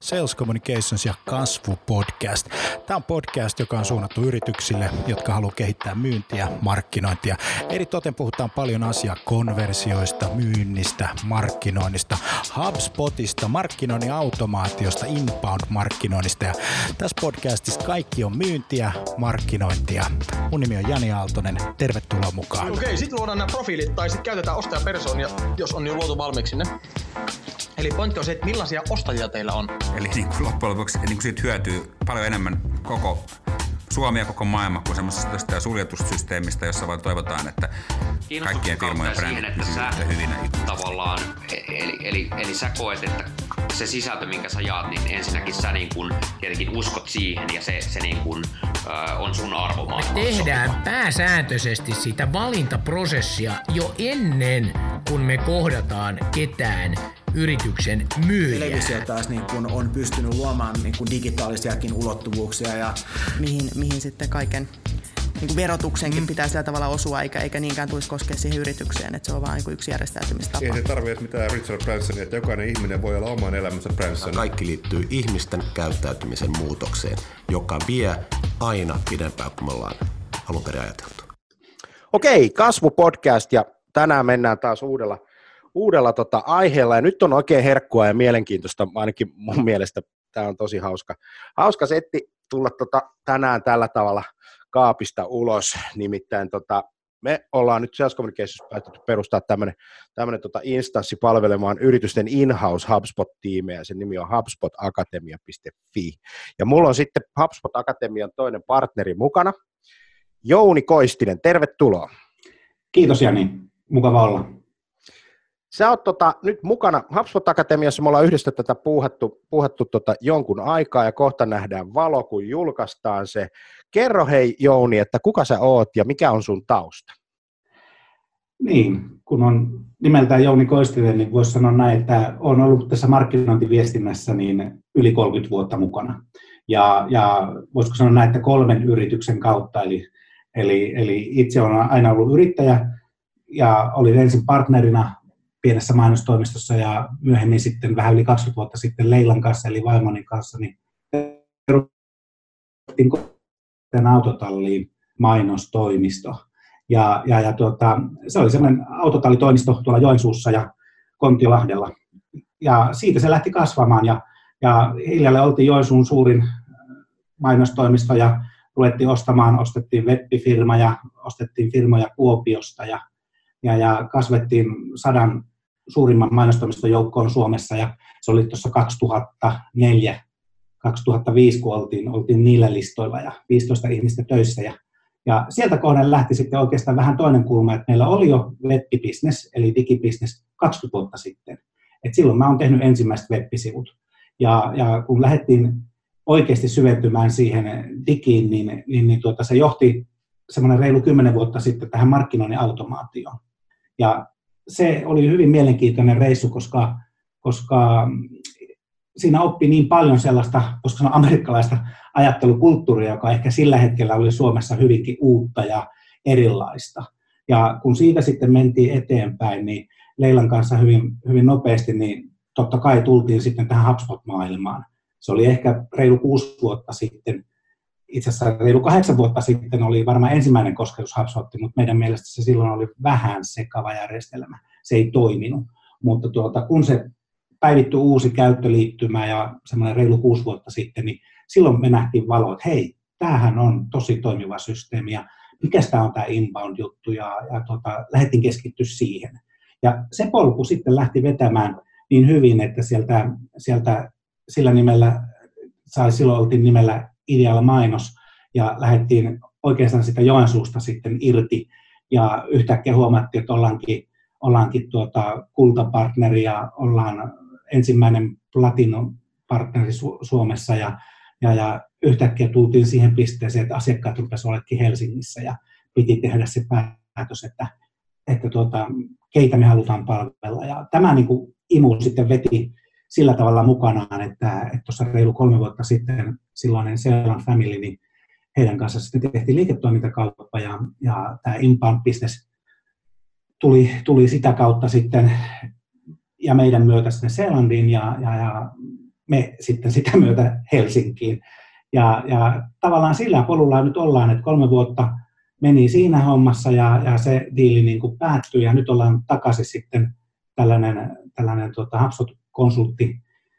Sales Communications ja kasvu-podcast. Tämä on podcast, joka on suunnattu yrityksille, jotka haluaa kehittää myyntiä, markkinointia. Eritoten puhutaan paljon asiaa konversioista, myynnistä, markkinoinnista, HubSpotista, markkinoinnin automaatiosta, inbound-markkinoinnista. Ja tässä podcastissa kaikki on myyntiä, markkinointia. Mun nimi on Jani Aaltonen. Tervetuloa mukaan. Okei, sitten luodaan nämä profiilit tai sitten käytetään ostajapersoonia, jos on jo luotu valmiiksi ne. Eli pointti on se, että millaisia ostajia teillä on. Eli niin kuin loppujen lopuksi niin kuin siitä hyötyy paljon enemmän koko Suomi ja koko maailma kuin semmoisesta suljetusta systeemistä, jossa vaan toivotaan, että kaikkien firmojen brändit pysyvät hyvinä. Tavallaan, eli sä koet, että se sisältö, minkä sä jaat, niin ensinnäkin sä niin kun tietenkin uskot siihen ja se niin kun, on sun arvomaailmassa. Me tehdään pääsääntöisesti sitä valintaprosessia jo ennen kuin me kohdataan ketään yrityksen myyjää. Televisio taas niin kun on pystynyt luomaan niin kun digitaalisiakin ulottuvuuksia ja mihin sitten kaiken niin kuin verotuksenkin pitää sillä tavalla osua, eikä niinkään tulisi koskea siihen yritykseen, että se on vain niin yksi järjestäytymistapa. Ei se tarvitse mitään Richard Bransonia, että jokainen ihminen voi olla oman elämänsä Branson. Kaikki liittyy ihmisten käyttäytymisen muutokseen, joka vie aina pidempään kuin me ollaan alun perin ajateltu. Okei, kasvupodcast ja tänään mennään taas uudella aiheella ja nyt on oikein herkkua ja mielenkiintoista, ainakin mun mielestä tämä on tosi hauska setti tulla tänään tällä tavalla kaapista ulos, nimittäin me ollaan nyt Sales Communications päätetty perustaa tämmöinen instanssi palvelemaan yritysten in-house HubSpot-tiimejä, sen nimi on hubspotakatemia.fi ja mulla on sitten HubSpot Akatemian toinen partneri mukana, Jouni Koistinen, tervetuloa. Kiitos Jani, mukava olla. Sä oot nyt mukana HubSpot Akatemiassa, me ollaan yhdessä tätä puuhattu jonkun aikaa ja kohta nähdään valo, kun julkaistaan se. Kerro hei Jouni, että kuka sä oot ja mikä on sun tausta? Niin, kun on nimeltään Jouni Koistinen, niin voisi sanoa näin, että olen ollut tässä markkinointiviestinnässä niin yli 30 vuotta mukana. Ja voisiko sanoa näin, että 3 yrityksen kautta, eli itse olen aina ollut yrittäjä ja olin ensin partnerina pienessä mainostoimistossa ja myöhemmin sitten vähän yli 20 vuotta sitten Leilan kanssa eli vaimoni kanssa niin perustettiin autotalliin mainostoimisto. Ja se oli semmoinen autotallitoimisto tuolla Joensuussa ja Kontiolahdella. Ja siitä se lähti kasvamaan ja hiljalleen oltiin Joensuun suurin mainostoimisto ja ostettiin web-firma ja ostettiin firmoja Kuopiosta ja kasvettiin 100 suurimman mainostoimiston joukkoon Suomessa ja se oli tuossa 2005, kun oltiin niillä listoilla ja 15 ihmistä töissä ja sieltä kohden lähti sitten oikeastaan vähän toinen kulma, että meillä oli jo web-business eli digibisnes 20 vuotta sitten. Et silloin mä oon tehnyt ensimmäiset web-sivut ja kun lähdettiin oikeasti syventymään siihen digiin, niin se johti semmoinen reilu 10 vuotta sitten tähän markkinoinnin automaatioon. Ja se oli hyvin mielenkiintoinen reissu, koska siinä oppi niin paljon sellaista, koska se on amerikkalaista ajattelukulttuuria, joka ehkä sillä hetkellä oli Suomessa hyvinkin uutta ja erilaista. Ja kun siitä sitten mentiin eteenpäin, niin Leilan kanssa hyvin, hyvin nopeasti, niin totta kai tultiin sitten tähän HubSpot-maailmaan. Se oli ehkä reilu 6 vuotta sitten. Itse asiassa reilu 8 vuotta sitten oli varmaan ensimmäinen kosketus HubSpotiin, mutta meidän mielestä se silloin oli vähän sekava järjestelmä. Se ei toiminut, mutta kun se päivittyi uusi käyttöliittymä ja semmoinen reilu 6 vuotta sitten, niin silloin me nähtiin valo, että hei, tämähän on tosi toimiva systeemi ja mikäs tämä on tämä inbound-juttu ja lähdettiin keskittyä siihen. Ja se polku sitten lähti vetämään niin hyvin, että sieltä sillä nimellä, silloin oltiin nimellä Ideal Mainos ja lähdettiin oikeastaan sitä Joensuusta sitten irti ja yhtäkkiä huomattiin, että ollaankin kultapartneri ja ollaan ensimmäinen platinum-partneri Suomessa ja yhtäkkiä tultiin siihen pisteeseen, että asiakkaat rupesivat olemaan Helsingissä ja piti tehdä se päätös, että keitä me halutaan palvella ja tämä niin kuin imu sitten veti sillä tavalla mukanaan, että tuossa reilu 3 vuotta sitten silloinen Sealand Family, niin heidän kanssa sitten tehtiin liiketoimintakauppa ja tämä inbound business tuli sitä kautta sitten ja meidän myötä sinne Sealandiin ja me sitten sitä myötä Helsinkiin. Ja tavallaan sillä polulla nyt ollaan, että 3 vuotta meni siinä hommassa ja se diili niin kuin päättyi ja nyt ollaan takaisin sitten tällainen HubSpot-konsultti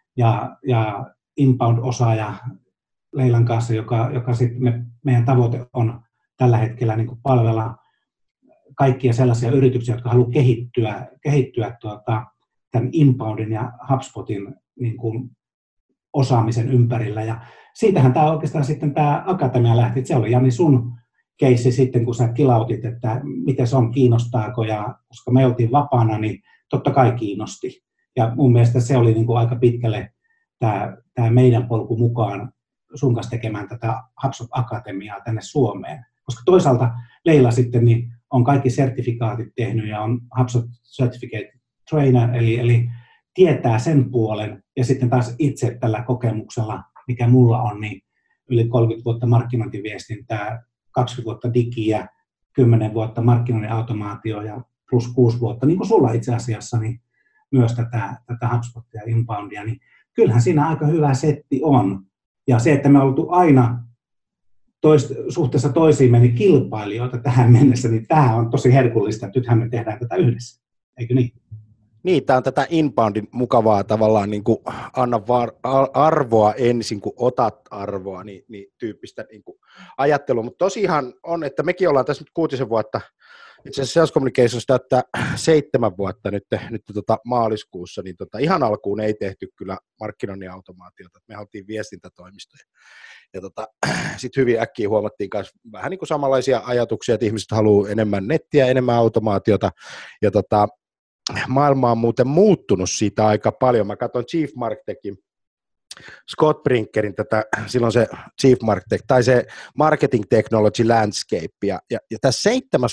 ja inbound-osaaja Leilan kanssa, joka sitten meidän tavoite on tällä hetkellä niin kuin palvella kaikkia sellaisia yrityksiä, jotka haluaa kehittyä tämän inboundin ja HubSpotin niin kuin osaamisen ympärillä. Ja siitähän tämä oikeastaan sitten tämä akatemia lähti. Se oli Jani sun keissi sitten, kun sä kilautit, että miten se on, kiinnostaako, ja koska me oltiin vapaana, niin totta kai kiinnosti. Ja mun mielestä se oli niin kuin aika pitkälle tämä meidän polku mukaan sun kanssa tekemään tätä HubSpot Akatemiaa tänne Suomeen. Koska toisaalta Leila sitten niin on kaikki sertifikaatit tehnyt ja on HubSpot Certificate Trainer, eli tietää sen puolen, ja sitten taas itse tällä kokemuksella, mikä mulla on, niin yli 30 vuotta markkinointiviestintää, 20 vuotta digiä, 10 vuotta markkinoinnin automaatio ja plus 6 vuotta, niin kuin sulla itse asiassa, niin myös tätä HubSpotia ja inboundia, niin kyllähän siinä aika hyvä setti on. Ja se, että me ollaan oltu aina suhteessa toisiimme niin kilpailijoita tähän mennessä, niin tämä on tosi herkullista, että nythän me tehdään tätä yhdessä, eikö niin? Niin, tämä on tätä inboundin mukavaa tavallaan niin kuin anna arvoa ensin, kun otat arvoa, niin tyyppistä niin kuin ajattelua. Mutta tosiaan on, että mekin ollaan tässä nyt 6 vuotta, itse asiassa Sales Communications täyttää 7 vuotta nyt maaliskuussa, niin ihan alkuun ei tehty kyllä markkinoinnin automaatiota. Me oltiin viestintätoimistoja. Ja sitten hyvin äkkiä huomattiin myös vähän niin kuin samanlaisia ajatuksia, että ihmiset haluaa enemmän nettiä, enemmän automaatiota. Ja maailma on muuten muuttunut siitä aika paljon. Mä katson Chief Marketing, Scott Brinkerin silloin se Chief Marketing, tai se Marketing Technology Landscape, ja tässä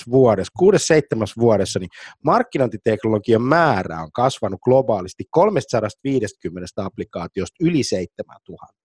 6-7 vuodessa, niin markkinointiteknologian määrä on kasvanut globaalisti 350 applikaatiosta yli 7000.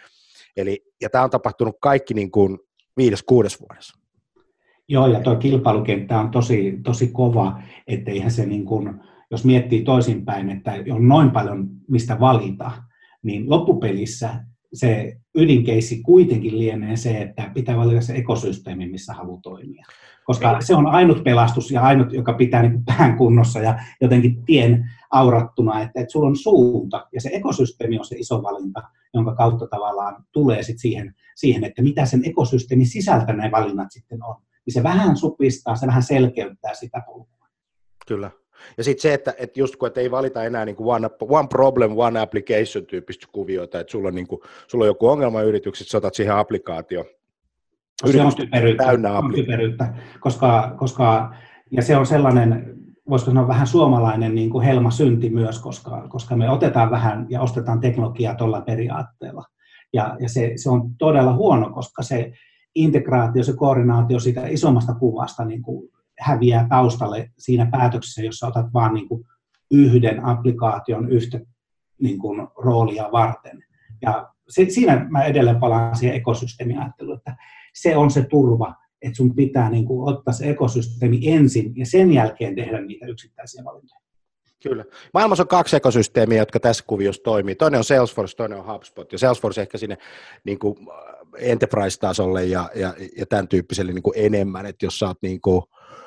Ja tämä on tapahtunut kaikki niin kuin 5-6 vuodessa. Joo, ja tuo kilpailukenttä on tosi kova, etteihän se niin kuin, jos miettii toisinpäin, että on noin paljon mistä valita, niin loppupelissä se ydinkeissi kuitenkin lienee se, että pitää valita se ekosysteemi, missä haluaa toimia. Koska se on ainut pelastus ja ainut, joka pitää niin kuin pään kunnossa ja jotenkin tien aurattuna, että sulla on suunta ja se ekosysteemi on se iso valinta, jonka kautta tavallaan tulee sit siihen, että mitä sen ekosysteemin sisältä ne valinnat sitten on. Niin se vähän supistaa, se vähän selkeyttää sitä polkua. Kyllä. Ja sitten se, että just kun ei valita enää niin kuin one problem, one application -tyyppistä kuvioita, että sulla on joku ongelma yrityksessä, otat siihen applikaatio. Se on typeryyttä, koska ja se on sellainen, voisiko sanoa vähän suomalainen niin kuin helmasynti myös, koska me otetaan vähän ja ostetaan teknologiaa tuolla periaatteella. Ja se on todella huono, koska se integraatio, se koordinaatio siitä isommasta kuvasta niin kuin häviää taustalle siinä päätöksessä, jossa otat vaan niin kuin yhden applikaation yhtä niin kuin roolia varten. Ja siinä mä edelleen palaan siihen ekosysteemiajatteluun, että se on se turva, että sun pitää niin kuin ottaa se ekosysteemi ensin ja sen jälkeen tehdä niitä yksittäisiä valintoja. Kyllä. Maailmassa on 2 ekosysteemiä, jotka tässä kuviossa toimii. Toinen on Salesforce, toinen on HubSpot. Ja Salesforce ehkä sinne niin kuin enterprise-tasolle ja tämän tyyppiselle niin kuin enemmän, että jos sä oot niin kuin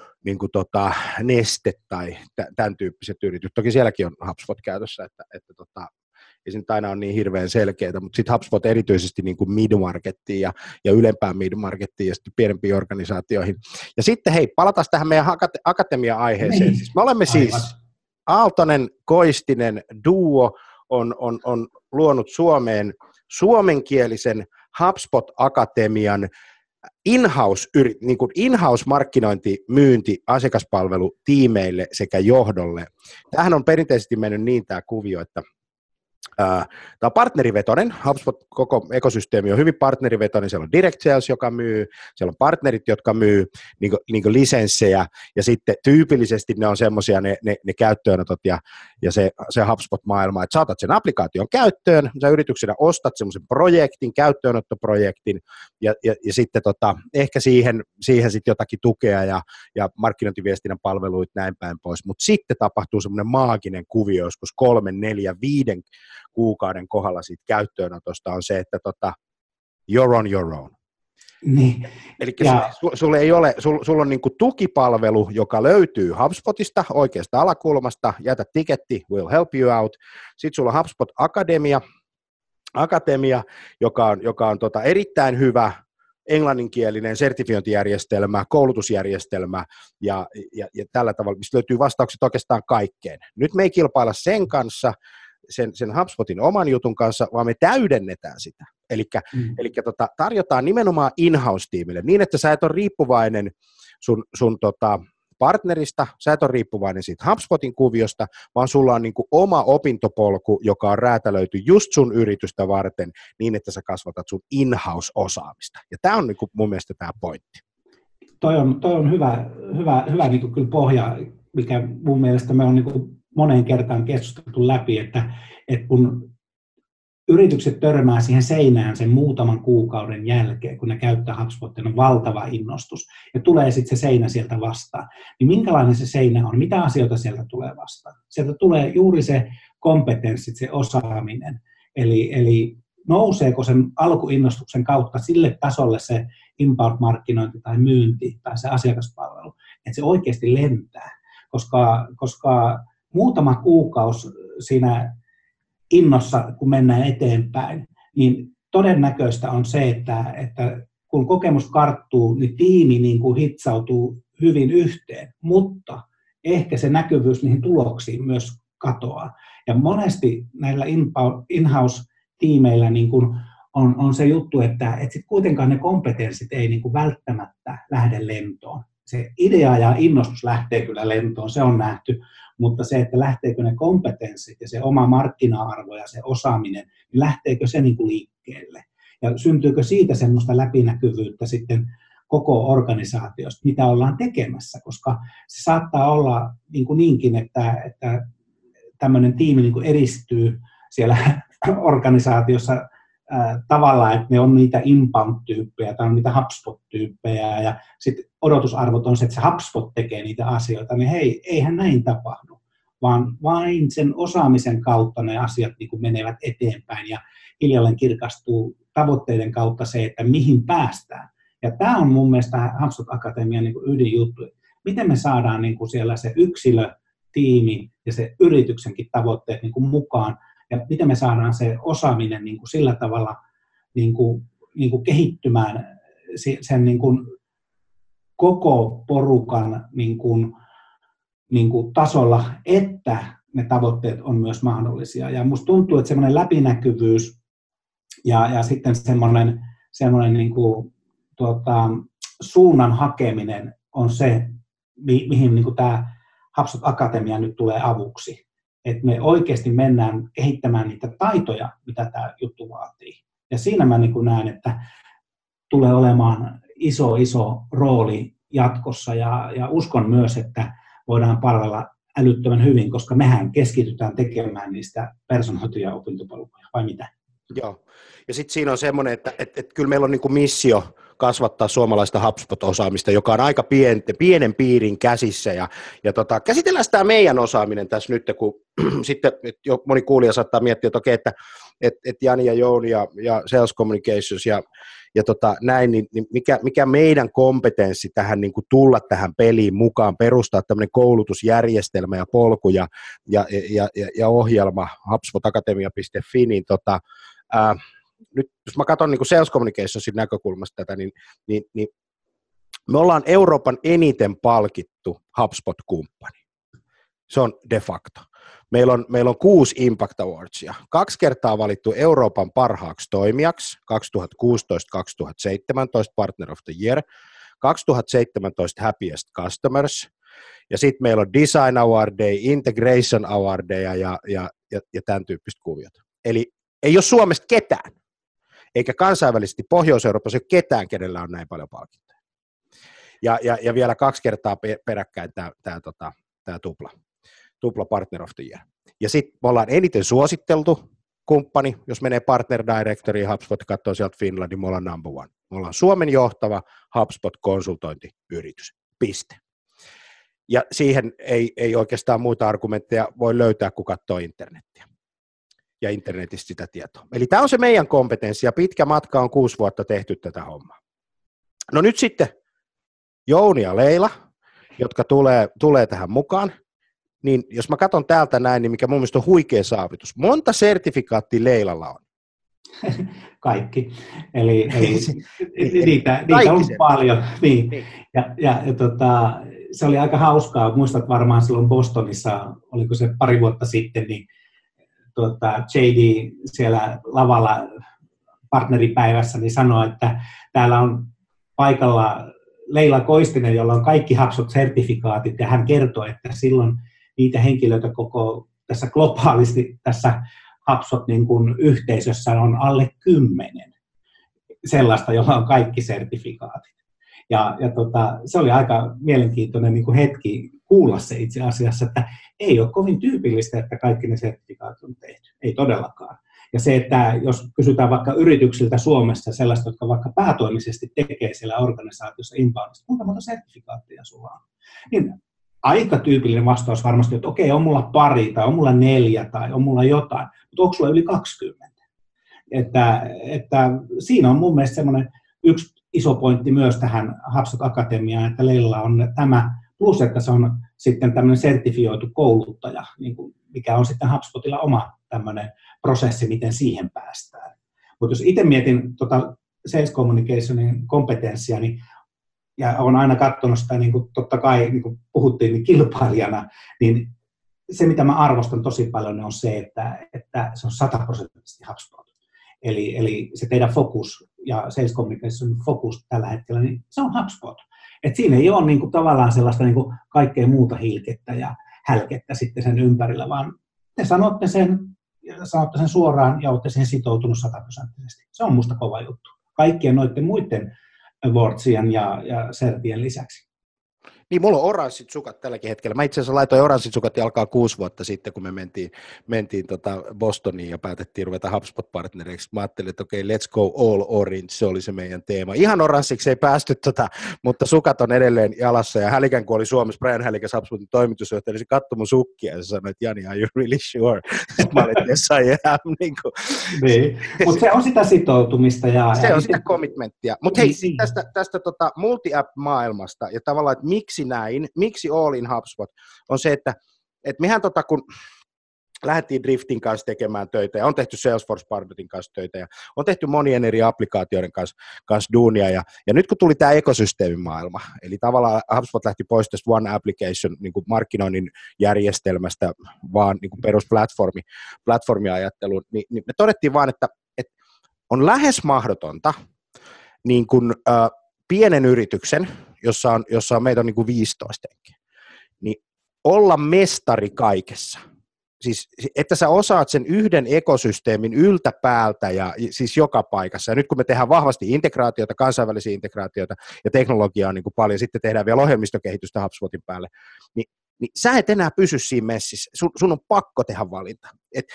Neste tai tämän tyyppiset yritykset. Toki sielläkin on HubSpot käytössä, että ei se nyt aina ole niin hirveän selkeää, mutta sitten HubSpot erityisesti niin kuin mid-markettiin ja ylempään mid-markettiin ja sitten pienempiin organisaatioihin. Ja sitten hei, palataan tähän meidän akatemia-aiheeseen. Siis me olemme siis Aaltonen, Koistinen duo on luonut Suomeen suomenkielisen HubSpot-akatemian in-house markkinointi, myynti, asiakaspalvelu tiimeille sekä johdolle. Tämähän on perinteisesti mennyt niin tämä kuvio, että tämä on partnerivetoinen, HubSpot koko ekosysteemi on hyvin partnerivetoinen, siellä on direct sales, joka myy, siellä on partnerit, jotka myy niin kuin lisenssejä, ja sitten tyypillisesti ne on semmoisia ne käyttöönotot ja se HubSpot-maailma, että saatat sen applikaation käyttöön, sä yrityksenä ostat semmoisen projektin, käyttöönottoprojektin, ja sitten ehkä siihen sitten jotakin tukea ja markkinointiviestinnän palveluita näin päin pois, mutta sitten tapahtuu semmoinen maaginen kuvio, joskus 3, 4, 5 kuukauden kohdalla siitä käyttöönotosta on se, että you're on your own. Niin. Eli sulla on niin kuin tukipalvelu, joka löytyy HubSpotista oikeasta alakulmasta, jätä tiketti, we'll help you out. Sitten sulla on HubSpot Akatemia, joka on erittäin hyvä englanninkielinen sertifiointijärjestelmä, koulutusjärjestelmä ja tällä tavalla, mistä löytyy vastaukset oikeastaan kaikkeen. Nyt me ei kilpailla sen kanssa, sen HubSpotin oman jutun kanssa, vaan me täydennetään sitä. Eli tarjotaan nimenomaan in-house-tiimille niin, että sä et ole riippuvainen sun partnerista, sä et ole riippuvainen siitä HubSpotin kuviosta, vaan sulla on niin kuin oma opintopolku, joka on räätälöity just sun yritystä varten niin, että sä kasvatat sun in-house-osaamista. Ja tämä on niin kuin mun mielestä tämä pointti. Toi on hyvä niin kuin kyllä pohja, mikä mun mielestä me on niin kuin moneen kertaan keskusteltu läpi, että kun yritykset törmää siihen seinään sen muutaman kuukauden jälkeen, kun ne käyttää HubSpotia, on valtava innostus, ja tulee sitten se seinä sieltä vastaan. Niin minkälainen se seinä on? Mitä asioita sieltä tulee vastaan? Sieltä tulee juuri se kompetenssit, se osaaminen. Eli nouseeko sen alkuinnostuksen kautta sille tasolle se inbound-markkinointi tai myynti tai se asiakaspalvelu, että se oikeasti lentää, koska muutama kuukausi siinä innossa, kun mennään eteenpäin, niin todennäköistä on se, että kun kokemus karttuu, niin tiimi niin kuin hitsautuu hyvin yhteen, mutta ehkä se näkyvyys niihin tuloksiin myös katoaa. Ja monesti näillä in-house-tiimeillä niin kuin on se juttu, että sit kuitenkaan ne kompetenssit ei niin kuin välttämättä lähde lentoon. Se idea ja innostus lähtee kyllä lentoon, se on nähty, mutta se, että lähteekö ne kompetenssit ja se oma markkina-arvo ja se osaaminen, niin lähteekö se niin kuin liikkeelle? Ja syntyykö siitä semmoista läpinäkyvyyttä sitten koko organisaatiosta, mitä ollaan tekemässä, koska se saattaa olla niinkin, että tämmöinen tiimi niin kuin edistyy siellä organisaatiossa tavallaan, että ne on niitä inbound-tyyppejä tai on niitä HubSpot-tyyppejä ja sitten odotusarvot on se, että se HubSpot tekee niitä asioita, niin hei, eihän näin tapahdu, vaan vain sen osaamisen kautta ne asiat niin kuin menevät eteenpäin ja hiljalleen kirkastuu tavoitteiden kautta se, että mihin päästään. Ja tämä on mun mielestä HubSpot Akatemian niin kuin ydinjuttu. Miten me saadaan niin kuin siellä se yksilö, tiimi ja se yrityksenkin tavoitteet niin kuin mukaan ja miten me saadaan se osaaminen niin kuin sillä tavalla niin kuin kehittymään sen niin kuin koko porukan niin kuin tasolla, että ne tavoitteet on myös mahdollisia. Ja musta tuntuu, että semmoinen läpinäkyvyys ja sitten semmoinen niin kuin, suunnan hakeminen on se, mihin niin kuin tämä HubSpot Akatemia nyt tulee avuksi. Että me oikeasti mennään kehittämään niitä taitoja, mitä tämä juttu vaatii. Ja siinä mä niin kuin näen, että tulee olemaan iso rooli jatkossa ja uskon myös, että voidaan palvella älyttömän hyvin, koska mehän keskitytään tekemään niistä personoituja opintopolkuja, vai mitä? Joo, ja sitten siinä on semmoinen, että kyllä meillä on niin kuin missio kasvattaa suomalaista HubSpot-osaamista, joka on aika pienen piirin käsissä, ja käsitellään tämä meidän osaaminen tässä nyt, kun sitten jo moni kuulija saattaa miettiä, että okei, että Jani ja Jouni ja Sales Communications ja näin, niin mikä meidän kompetenssi tähän niin kuin tulla tähän peliin mukaan, perustaa tämmöinen koulutusjärjestelmä ja polku ja ohjelma hubspotakademia.fi, niin nyt jos mä katson niin kuin Sales Communicationsin näkökulmasta tätä, niin me ollaan Euroopan eniten palkittu HubSpot-kumppani. Se on de facto. Meillä on 6 Impact Awardsia, 2 kertaa valittu Euroopan parhaaksi toimijaksi, 2016-2017 Partner of the Year, 2017 Happiest Customers, ja sitten meillä on Design Awardeja, Integration Awardeja ja tämän tyyppistä kuviota. Eli ei ole Suomesta ketään, eikä kansainvälisesti Pohjois-Euroopassa ole ketään, kenellä on näin paljon palkintoja. Ja vielä 2 kertaa peräkkäin tämä tupla Partner of the Year. Ja sitten me ollaan eniten suositteltu kumppani, jos menee Partner Directoriin, HubSpot katsoo sieltä Finlandin, me ollaan number one. Me ollaan Suomen johtava HubSpot-konsultointiyritys. Piste. Ja siihen ei oikeastaan muita argumentteja voi löytää, kun katsoo internettiä. ja internetistä sitä tietoa. Eli tämä on se meidän kompetenssi, ja pitkä matka on 6 vuotta tehty tätä hommaa. No nyt sitten Jouni ja Leila, jotka tulee tähän mukaan, niin jos mä katson täältä näin, niin mikä mun mielestä on huikea saavutus. Monta sertifikaattia Leilalla on? Kaikki. Eli niitä on paljon. Niin. Ja se oli aika hauskaa. Muistat varmaan silloin Bostonissa, oliko se pari vuotta sitten, niin JD siellä lavalla partneripäivässä niin sanoi, että täällä on paikalla Leila Koistinen, jolla on kaikki HubSpot-sertifikaatit, ja hän kertoi, että silloin niitä henkilöitä koko tässä globaalisti tässä HubSpot niin kuin yhteisössä on alle 10 sellaista, jolla on kaikki sertifikaatit. Ja se oli aika mielenkiintoinen niin kuin hetki kuulla se itse asiassa, että ei ole kovin tyypillistä, että kaikki ne sertifikaatit on tehty. Ei todellakaan. Ja se, että jos kysytään vaikka yrityksiltä Suomessa sellaista, jotka vaikka päätoimisesti tekee siellä organisaatiossa inboundista, kuinka monta sertifikaattia sulla on? Niin aika tyypillinen vastaus varmasti, että okei, on mulla pari tai on mulla 4 tai on mulla jotain, mutta onko sulla yli 20? Että siinä on mun mielestä semmoinen yksi iso pointti myös tähän HubSpot Akatemiaan, että Leilalla on tämä, plus että se on sitten tämmöinen sertifioitu kouluttaja, niin kuin, mikä on sitten HubSpotilla oma tämmöinen prosessi, miten siihen päästään. Mutta jos itse mietin sales communicationin kompetenssia, niin, ja olen aina katsonut sitä, niin kuin totta kai niin kuin puhuttiin niin kilpailijana, niin se, mitä mä arvostan tosi paljon, on se, että se on 100% HubSpot. Eli se teidän fokus ja sales communication fokus tällä hetkellä, niin se on HubSpot. Et siinä ei ole niin kuin, tavallaan sellaista niin kuin, kaikkea muuta hilkettä ja hälkettä sitten sen ympärillä, vaan te sanotte sen suoraan ja olette siihen sitoutunut 100%. Se on musta kova juttu. Kaikkien noiden muiden awardsien ja sertien lisäksi. Niin, mulla on oranssit sukat tälläkin hetkellä. Mä itse asiassa laitoin oranssit sukat jalkaan 6 vuotta sitten, kun me mentiin Bostoniin ja päätettiin ruveta HubSpot-partneriksi. Mä ajattelin, että okei, let's go all orange, se oli se meidän teema. Ihan oranssiksi ei päästy, mutta sukat on edelleen jalassa. Ja Hälikän, kun oli Suomessa, Brian Hälikäs HubSpotin toimitusjohtaja, niin se katsoi mun sukkia ja se sanoi, että Jani, are you really sure? Sitten mä olin, että yes I am. Niin. Mutta se on sitä sitoutumista. Se on sitä commitmenttia. Mutta hei, tästä multi-app-maailmasta ja tavallaan, että miksi all in HubSpot, on se, että mehän kun lähdettiin Driftin kanssa tekemään töitä ja on tehty Salesforce-Pardotin kanssa töitä ja on tehty monien eri applikaatioiden kanssa duunia ja nyt kun tuli tämä ekosysteemimaailma, eli tavallaan HubSpot lähti pois tästä One Application niin kuin markkinoinnin järjestelmästä vaan niin kuin perusplatformiajatteluun, niin me todettiin vaan, että on lähes mahdotonta niin kuin, pienen yrityksen, jossa on meitä on niin kuin 15 henkeä, niin olla mestari kaikessa. Siis, että sä osaat sen yhden ekosysteemin yltäpäältä ja siis joka paikassa. Ja nyt kun me tehdään vahvasti integraatiota, kansainvälisiä integraatioita ja teknologiaa on niin kuin paljon, sitten tehdään vielä ohjelmistokehitystä HubSpotin päälle, niin sä et enää pysy siinä messissä. Sun on pakko tehdä valinta.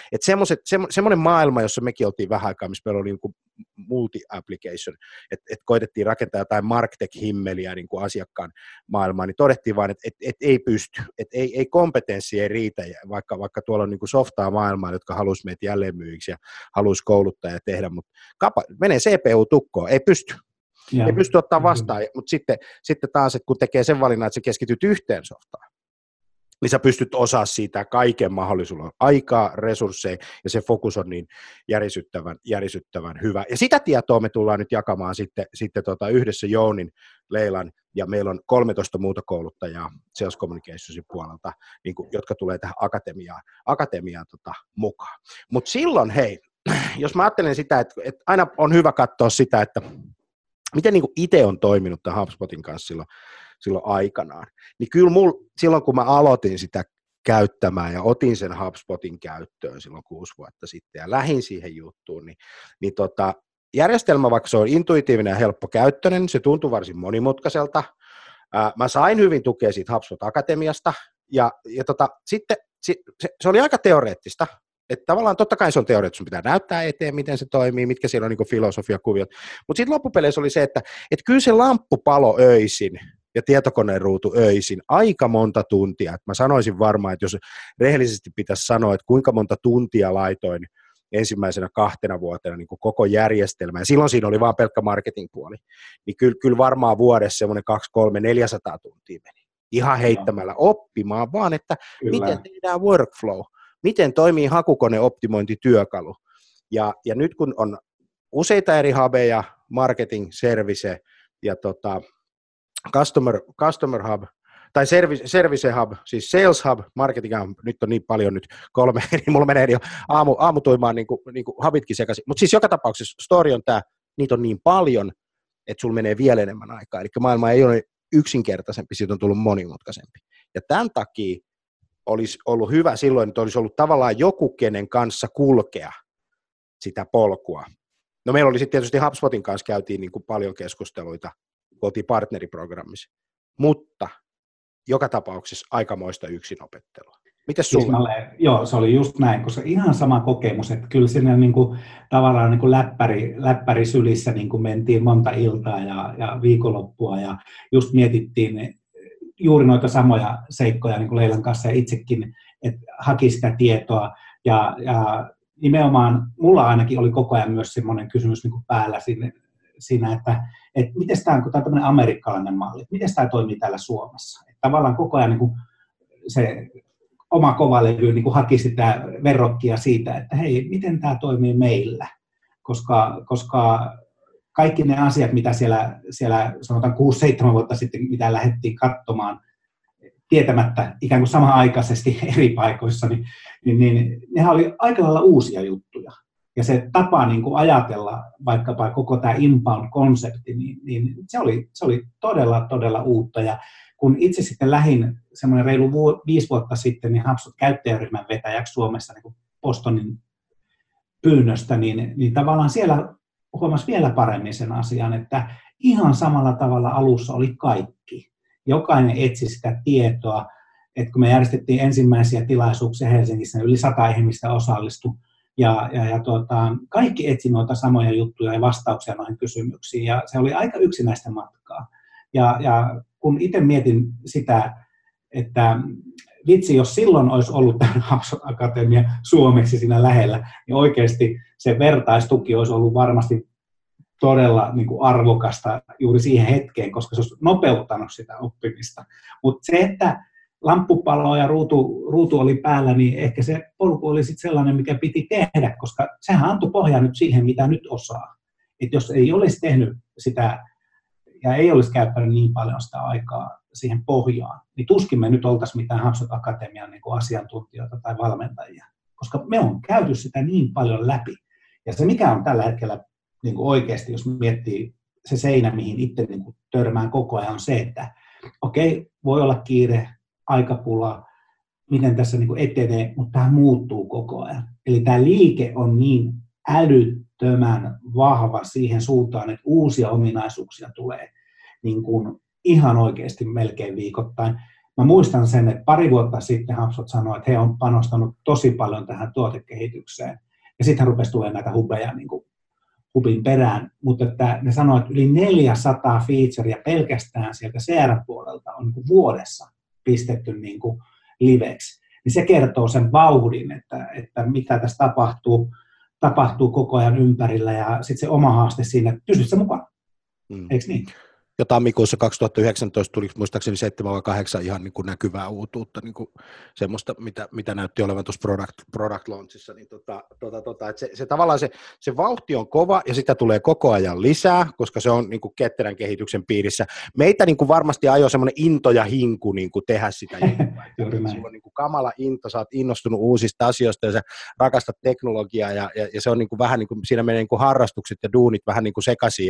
Semmoinen maailma, jossa mekin oltiin vähän aikaa, missä meillä oli niin kuin multi-application, että koitettiin rakentaa jotain MarkTech-himmeliä niin kuin asiakkaan maailmaan, niin todettiin vaan, että ei pysty, että ei kompetenssi ei riitä, vaikka tuolla on niin kuin softaa maailmaa, jotka haluaisi meitä jälleenmyyjiksi ja haluaisi kouluttaa ja tehdä, mutta menee CPU-tukkoon, ei pysty. Ei pysty ottaa vastaan, mutta sitten taas, että kun tekee sen valinnan, että sä keskityt yhteen softaan, niin sä pystyt osaa siitä kaiken mahdollisuudella aikaa, resursseja, ja se fokus on niin järisyttävän hyvä. Ja sitä tietoa me tullaan nyt jakamaan sitten yhdessä Jounin, Leilan, ja meillä on 13 muuta kouluttajaa Sales Communicationsin puolelta, niin kuin, jotka tulee tähän akatemiaan mukaan. Mutta silloin, hei, jos mä ajattelen sitä, että aina on hyvä katsoa sitä, että miten niin kuin itse on toiminut tämän HubSpotin kanssa silloin aikanaan, niin kyllä silloin kun mä aloitin sitä käyttämään ja otin sen HubSpotin käyttöön silloin 6 vuotta sitten ja lähdin siihen juttuun, niin järjestelmä, vaikka se on intuitiivinen ja helppokäyttöinen, se tuntui varsin monimutkaiselta. Mä sain hyvin tukea siitä HubSpot Akatemiasta ja sitten se oli aika teoreettista. Että tavallaan totta kai se on teoreettista, sun pitää näyttää eteen, miten se toimii, mitkä siellä on niin kuin filosofiakuviot. Mutta sitten loppupeleissä oli se, että kyllä se lamppu palo öisin ja tietokoneen ruutu öisin aika monta tuntia. Et mä sanoisin varmaan, että jos rehellisesti pitäisi sanoa, että kuinka monta tuntia laitoin ensimmäisenä 2 vuotena niin kuin koko järjestelmä, ja silloin siinä oli vaan pelkkä marketing-puoli, niin kyllä varmaan vuodessa semmoinen 200, 300, 400 tuntia meni. Ihan heittämällä oppimaan vaan, että miten tehdään workflow, miten toimii hakukoneoptimointityökalu. Ja nyt kun on useita eri hubeja, marketing, service ja customer hub, tai service hub, siis sales hub, marketing hub, nyt on niin paljon nyt 3, niin mulla menee jo aamutuimaan niin kuin hubitkin sekaisin. Mutta siis joka tapauksessa story on tämä, niitä on niin paljon, että sulla menee vielä enemmän aikaa. Eli maailma ei ole yksinkertaisempi, siitä on tullut monimutkaisempi. Ja tämän takia olisi ollut hyvä silloin, että olisi ollut tavallaan joku, kenen kanssa kulkea sitä polkua. No meillä oli sitten tietysti HubSpotin kanssa käytiin niin kuin paljon keskusteluita, kun oltiin partneriprogrammissa, mutta joka tapauksessa aikamoista yksinopettelua. Mites sulla? Joo, se oli just näin, koska ihan sama kokemus, että kyllä siinä niin kuin, tavallaan niin kuin läppäri sylissä niin kuin mentiin monta iltaa ja viikonloppua ja just mietittiin juuri noita samoja seikkoja niin kuin Leilan kanssa ja itsekin, että haki sitä tietoa ja nimenomaan mulla ainakin oli koko ajan myös semmoinen kysymys niin kuin päällä siinä, että miten tämä on tämmöinen amerikkalainen malli, miten tämä toimii täällä Suomessa. Että tavallaan koko ajan niin kuin se oma kovalevy niin kuin haki sitä verrokkia siitä, että hei, miten tämä toimii meillä, koska kaikki ne asiat, mitä siellä sanotaan 6-7 vuotta sitten, mitä lähdettiin katsomaan, tietämättä ikään kuin samanaikaisesti eri paikoissa, niin nehän oli aika lailla uusia juttuja. Ja se tapa niin kuin ajatella vaikkapa koko tämä inbound-konsepti, niin se oli todella, todella uutta. Ja kun itse sitten lähdin semmoinen reilu 5 vuotta sitten niin HubSpot-käyttäjäryhmän vetäjäksi Suomessa niin kuin Bostonin pyynnöstä, niin tavallaan siellä huomasi vielä paremmin sen asian, että ihan samalla tavalla alussa oli kaikki. Jokainen etsi sitä tietoa, että kun me järjestettiin ensimmäisiä tilaisuuksia Helsingissä, yli 100 ihmistä osallistui, ja kaikki etsi noita samoja juttuja ja vastauksia noihin kysymyksiin, ja se oli aika yksinäistä matkaa. Ja kun itse mietin sitä, että vitsi, jos silloin olisi ollut tämä HubSpot Akatemia suomeksi siinä lähellä, niin oikeasti se vertaistuki olisi ollut varmasti todella niin kuin arvokasta juuri siihen hetkeen, koska se olisi nopeuttanut sitä oppimista. Mutta se, että lamppupalo ja ruutu oli päällä, niin ehkä se polku oli sitten sellainen, mikä piti tehdä, koska sehän antoi pohjaa nyt siihen, mitä nyt osaa. Et jos ei olisi tehnyt sitä ja ei olisi käyttänyt niin paljon sitä aikaa siihen pohjaan, niin tuskin me nyt oltaisiin mitään HubSpot Akatemian niin kuin asiantuntijoita tai valmentajia, koska me on käyty sitä niin paljon läpi. Ja se, mikä on tällä hetkellä niin kuin oikeasti, jos miettii se seinä, mihin itse niin kuin törmään koko ajan, on se, että okei, voi olla kiire, aikapula, miten tässä niin kuin etenee, mutta tämä muuttuu koko ajan. Eli tämä liike on niin älyttömän vahva siihen suuntaan, että uusia ominaisuuksia tulee niin kuin ihan oikeasti melkein viikoittain. Mä muistan sen, että 2 vuotta sitten HubSpot sanoi, että he on panostanut tosi paljon tähän tuotekehitykseen. Ja sitten hän rupesi tulemaan näitä hubeja niin kuin hubin perään. Mutta että ne sanoivat, että yli 400 featurea pelkästään sieltä CR-puolelta on niin kuin vuodessa pistetty niin kuin liveksi. Niin se kertoo sen vauhdin, että mitä tässä tapahtuu koko ajan ympärillä. Ja sitten se oma haaste siinä, että pysyt sä mukana. Eikö niin? Ja tammikuussa 2019 tuli muistaakseni 7-8 ihan niin kuin näkyvää uutuutta, niin kuin semmoista, mitä näytti olevan tuossa product launchissa. Niin että se tavallaan se vauhti on kova ja sitä tulee koko ajan lisää, koska se on niin kuin ketterän kehityksen piirissä. Meitä niin kuin varmasti ajoi semmoinen into ja hinku niin kuin tehdä sitä. Sulla on niin kuin kamala into, sä oot innostunut uusista asioista ja sä rakastat teknologiaa ja se on niin kuin vähän niin kuin, siinä menee niin kuin harrastukset ja duunit vähän niin kuin sekaisin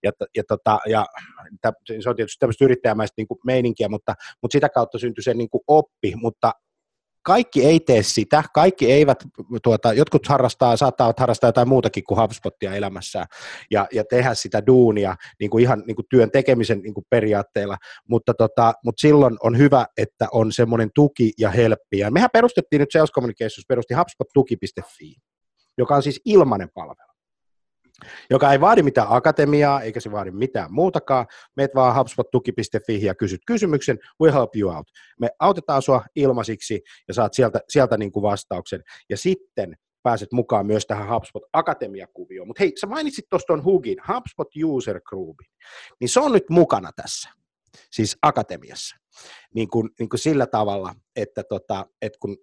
ja se on tietysti tämmöistä yrittäjämäistä niin kuin meininkiä, mutta sitä kautta syntyi se niin kuin oppi, mutta kaikki ei tee sitä, kaikki eivät, jotkut saattavat harrastaa jotain muutakin kuin HubSpotia elämässään ja tehdä sitä duunia niin kuin ihan niin kuin työn tekemisen niin kuin periaatteella, mutta silloin on hyvä, että on semmoinen tuki ja helppi. Ja mehän perustettiin nyt Sales Communications, perusti HubSpot-tuki.fi, joka on siis ilmainen palvelu, joka ei vaadi mitään akatemiaa, eikä se vaadi mitään muutakaan. Meet vaan HubSpot-tuki.fi ja kysyt kysymyksen, we help you out. Me autetaan sua ilmaisiksi ja saat sieltä niin kuin vastauksen. Ja sitten pääset mukaan myös tähän HubSpot Akatemia-kuvioon. Mutta hei, sä mainitsit tuosta tuon HUGin, HubSpot User Groupin, niin se on nyt mukana tässä, siis Akatemiassa, niin kuin sillä tavalla, että kun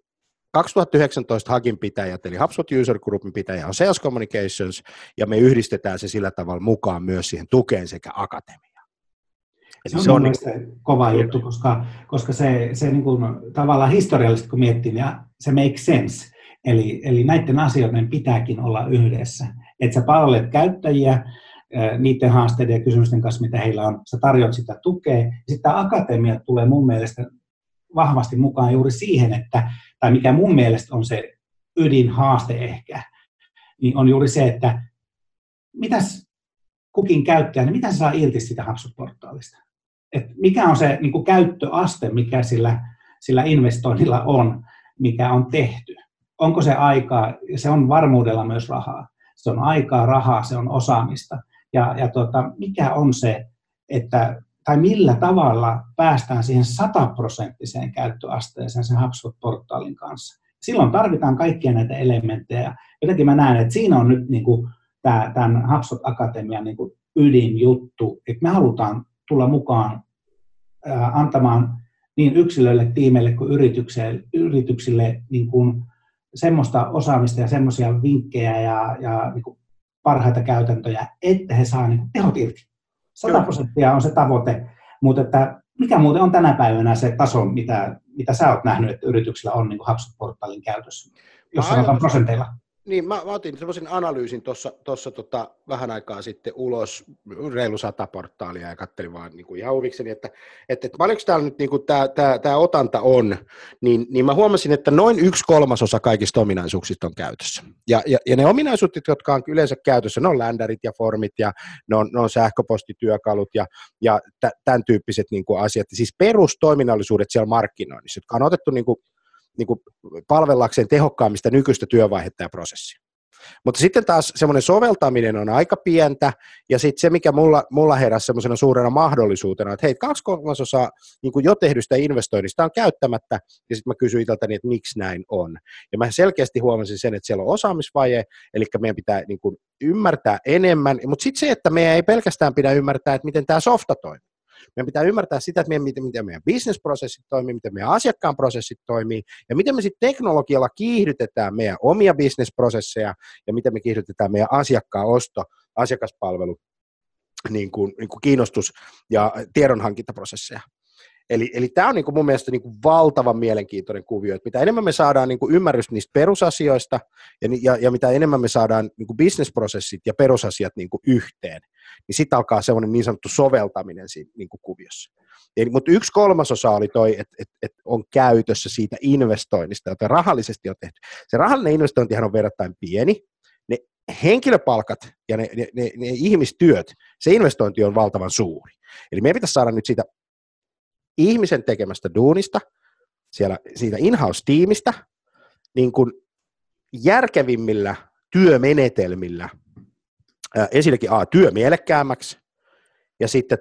2019 Hugin pitäjät, eli HubSpot User Groupin pitäjä on Sales Communications, ja me yhdistetään se sillä tavalla mukaan myös siihen tukeen sekä Akatemiaan. Se on kova juttu, koska se niin kuin, tavallaan historiallisesti kun miettii, niin se makes sense. Eli näiden asioiden pitääkin olla yhdessä. Että sä palvelet käyttäjiä niiden haasteiden ja kysymysten kanssa, mitä heillä on. Sä tarjoat sitä tukea. Ja sitten Akatemia tulee mun mielestä vahvasti mukaan juuri siihen, tai mikä mun mielestä on se ydinhaaste ehkä, niin on juuri se, että mitäs kukin käyttäjä, niin mitä se saa irti sitä HubSpot-portaalista? Et mikä on se niin kuin käyttöaste, mikä sillä investoinnilla on, mikä on tehty? Onko se aikaa, se on varmuudella myös rahaa. Se on aikaa, rahaa, se on osaamista. Ja mikä on se, tai millä tavalla päästään siihen 100% käyttöasteeseen sen HubSpot-portaalin kanssa. Silloin tarvitaan kaikkia näitä elementtejä. Jotenkin mä näen, että siinä on nyt niin kuin tämän HubSpot Akatemian niin kuin ydinjuttu, että me halutaan tulla mukaan antamaan niin yksilöille, tiimeille kuin yrityksille niin kuin semmoista osaamista ja semmoisia vinkkejä ja niin kuin parhaita käytäntöjä, että he saa niin kuin tehot irti. 100% on se tavoite, mutta että mikä muuten on tänä päivänä se taso, mitä sä oot nähnyt, että yrityksillä on niin kuin HubSpot-portaalin käytössä, jos sanotaan prosenteilla? Niin, mä otin semmoisen analyysin tuossa vähän aikaa sitten ulos, reilu 100 portaalia, ja katselin vaan niin kuin ihan huvikseni, että paljonko täällä nyt niin kuin tämä otanta on, niin mä huomasin, että noin 1/3 kaikista ominaisuuksista on käytössä. Ja ne ominaisuudet, jotka on yleensä käytössä, ne on länderit ja formit, ja ne on sähköpostityökalut, ja tämän tyyppiset niin kuin asiat, siis perustoiminnallisuudet siellä markkinoinnissa, jotka on otettu niin kuin palvellakseen tehokkaammista nykyistä työvaihetta ja prosessia. Mutta sitten taas semmoinen soveltaminen on aika pientä, ja sitten se, mikä mulla heräsi semmoisena suurena mahdollisuutena, että hei, 2/3 niin kuin jo tehdystä investoinnista on käyttämättä, ja sitten mä kysyin itseltäni, että miksi näin on. Ja mä selkeästi huomasin sen, että siellä on osaamisvaje, eli meidän pitää niin kuin ymmärtää enemmän, mutta sitten se, että meidän ei pelkästään pidä ymmärtää, että miten tämä softa toimii. Meidän pitää ymmärtää sitä, että miten meidän business-prosessit toimii, miten meidän asiakkaan prosessit toimii, ja miten me sitten teknologialla kiihdytetään meidän omia business-prosesseja, ja miten me kiihdytetään meidän asiakkaan asiakaspalvelu, niin kuin kiinnostus- ja tiedonhankintaprosesseja. Eli tämä on niin kuin mun mielestä niin kuin valtavan mielenkiintoinen kuvio, että mitä enemmän me saadaan niin kuin ymmärrystä niistä perusasioista, ja mitä enemmän me saadaan niin kuin business-prosessit ja perusasiat niin kuin yhteen, niin sitten alkaa semmoinen niin sanottu soveltaminen siinä niin kuin kuviossa. Mutta 1/3 oli toi, että on käytössä siitä investoinnista, jota rahallisesti on tehty. Se rahallinen investointihan on verrattain pieni. Ne henkilöpalkat ja ne ihmistyöt, se investointi on valtavan suuri. Eli meidän pitäisi saada nyt siitä ihmisen tekemästä duunista, siitä in-house-tiimistä, niin kuin järkevimmillä työmenetelmillä ensinnäkin työ mielekkäämmäksi ja sitten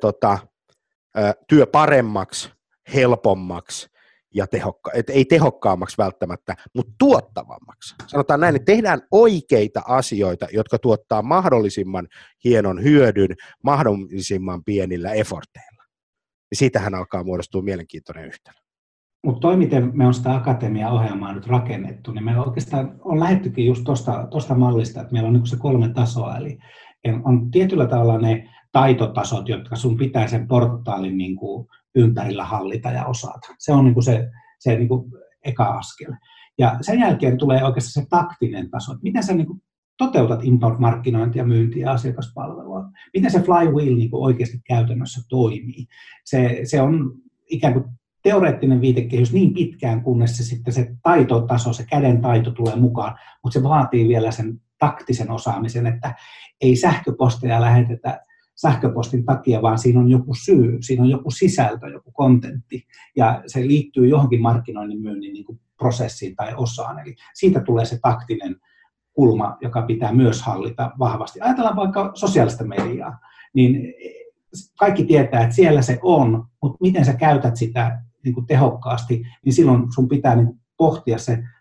työ paremmaksi, helpommaksi ja ei tehokkaammaksi välttämättä, mutta tuottavammaksi. Sanotaan näin, että tehdään oikeita asioita, jotka tuottaa mahdollisimman hienon hyödyn mahdollisimman pienillä efforteilla. Ja siitähän alkaa muodostua mielenkiintoinen yhtälö. Mutta toi, miten me on sitä Akatemia-ohjelmaa nyt rakennettu, niin me oikeastaan on lähdettykin just tuosta mallista, että meillä on niin se 3 tasoa, eli on tietyllä tavalla ne taitotasot, jotka sun pitää sen portaalin niin kuin ympärillä hallita ja osata. Se on niin kuin se niin kuin eka askel. Ja sen jälkeen tulee oikeastaan se taktinen taso, että miten sä niin kuin toteutat inbound-markkinointia, myyntiä ja asiakaspalvelua. Miten se flywheel niin kuin oikeasti käytännössä toimii. Se on ikään kuin teoreettinen viitekehys niin pitkään, kunnes se taitotaso, se käden taito tulee mukaan, mutta se vaatii vielä sen taktisen osaamisen, että ei sähköposteja lähetetä sähköpostin takia, vaan siinä on joku syy, siinä on joku sisältö, joku kontentti, ja se liittyy johonkin markkinoinnin myynnin niin kuin prosessiin tai osaan, eli siitä tulee se taktinen kulma, joka pitää myös hallita vahvasti. Ajatellaan vaikka sosiaalista mediaa, niin kaikki tietää, että siellä se on, mutta miten sä käytät sitä niin kuin tehokkaasti, niin silloin sun pitää niin kuin pohtia se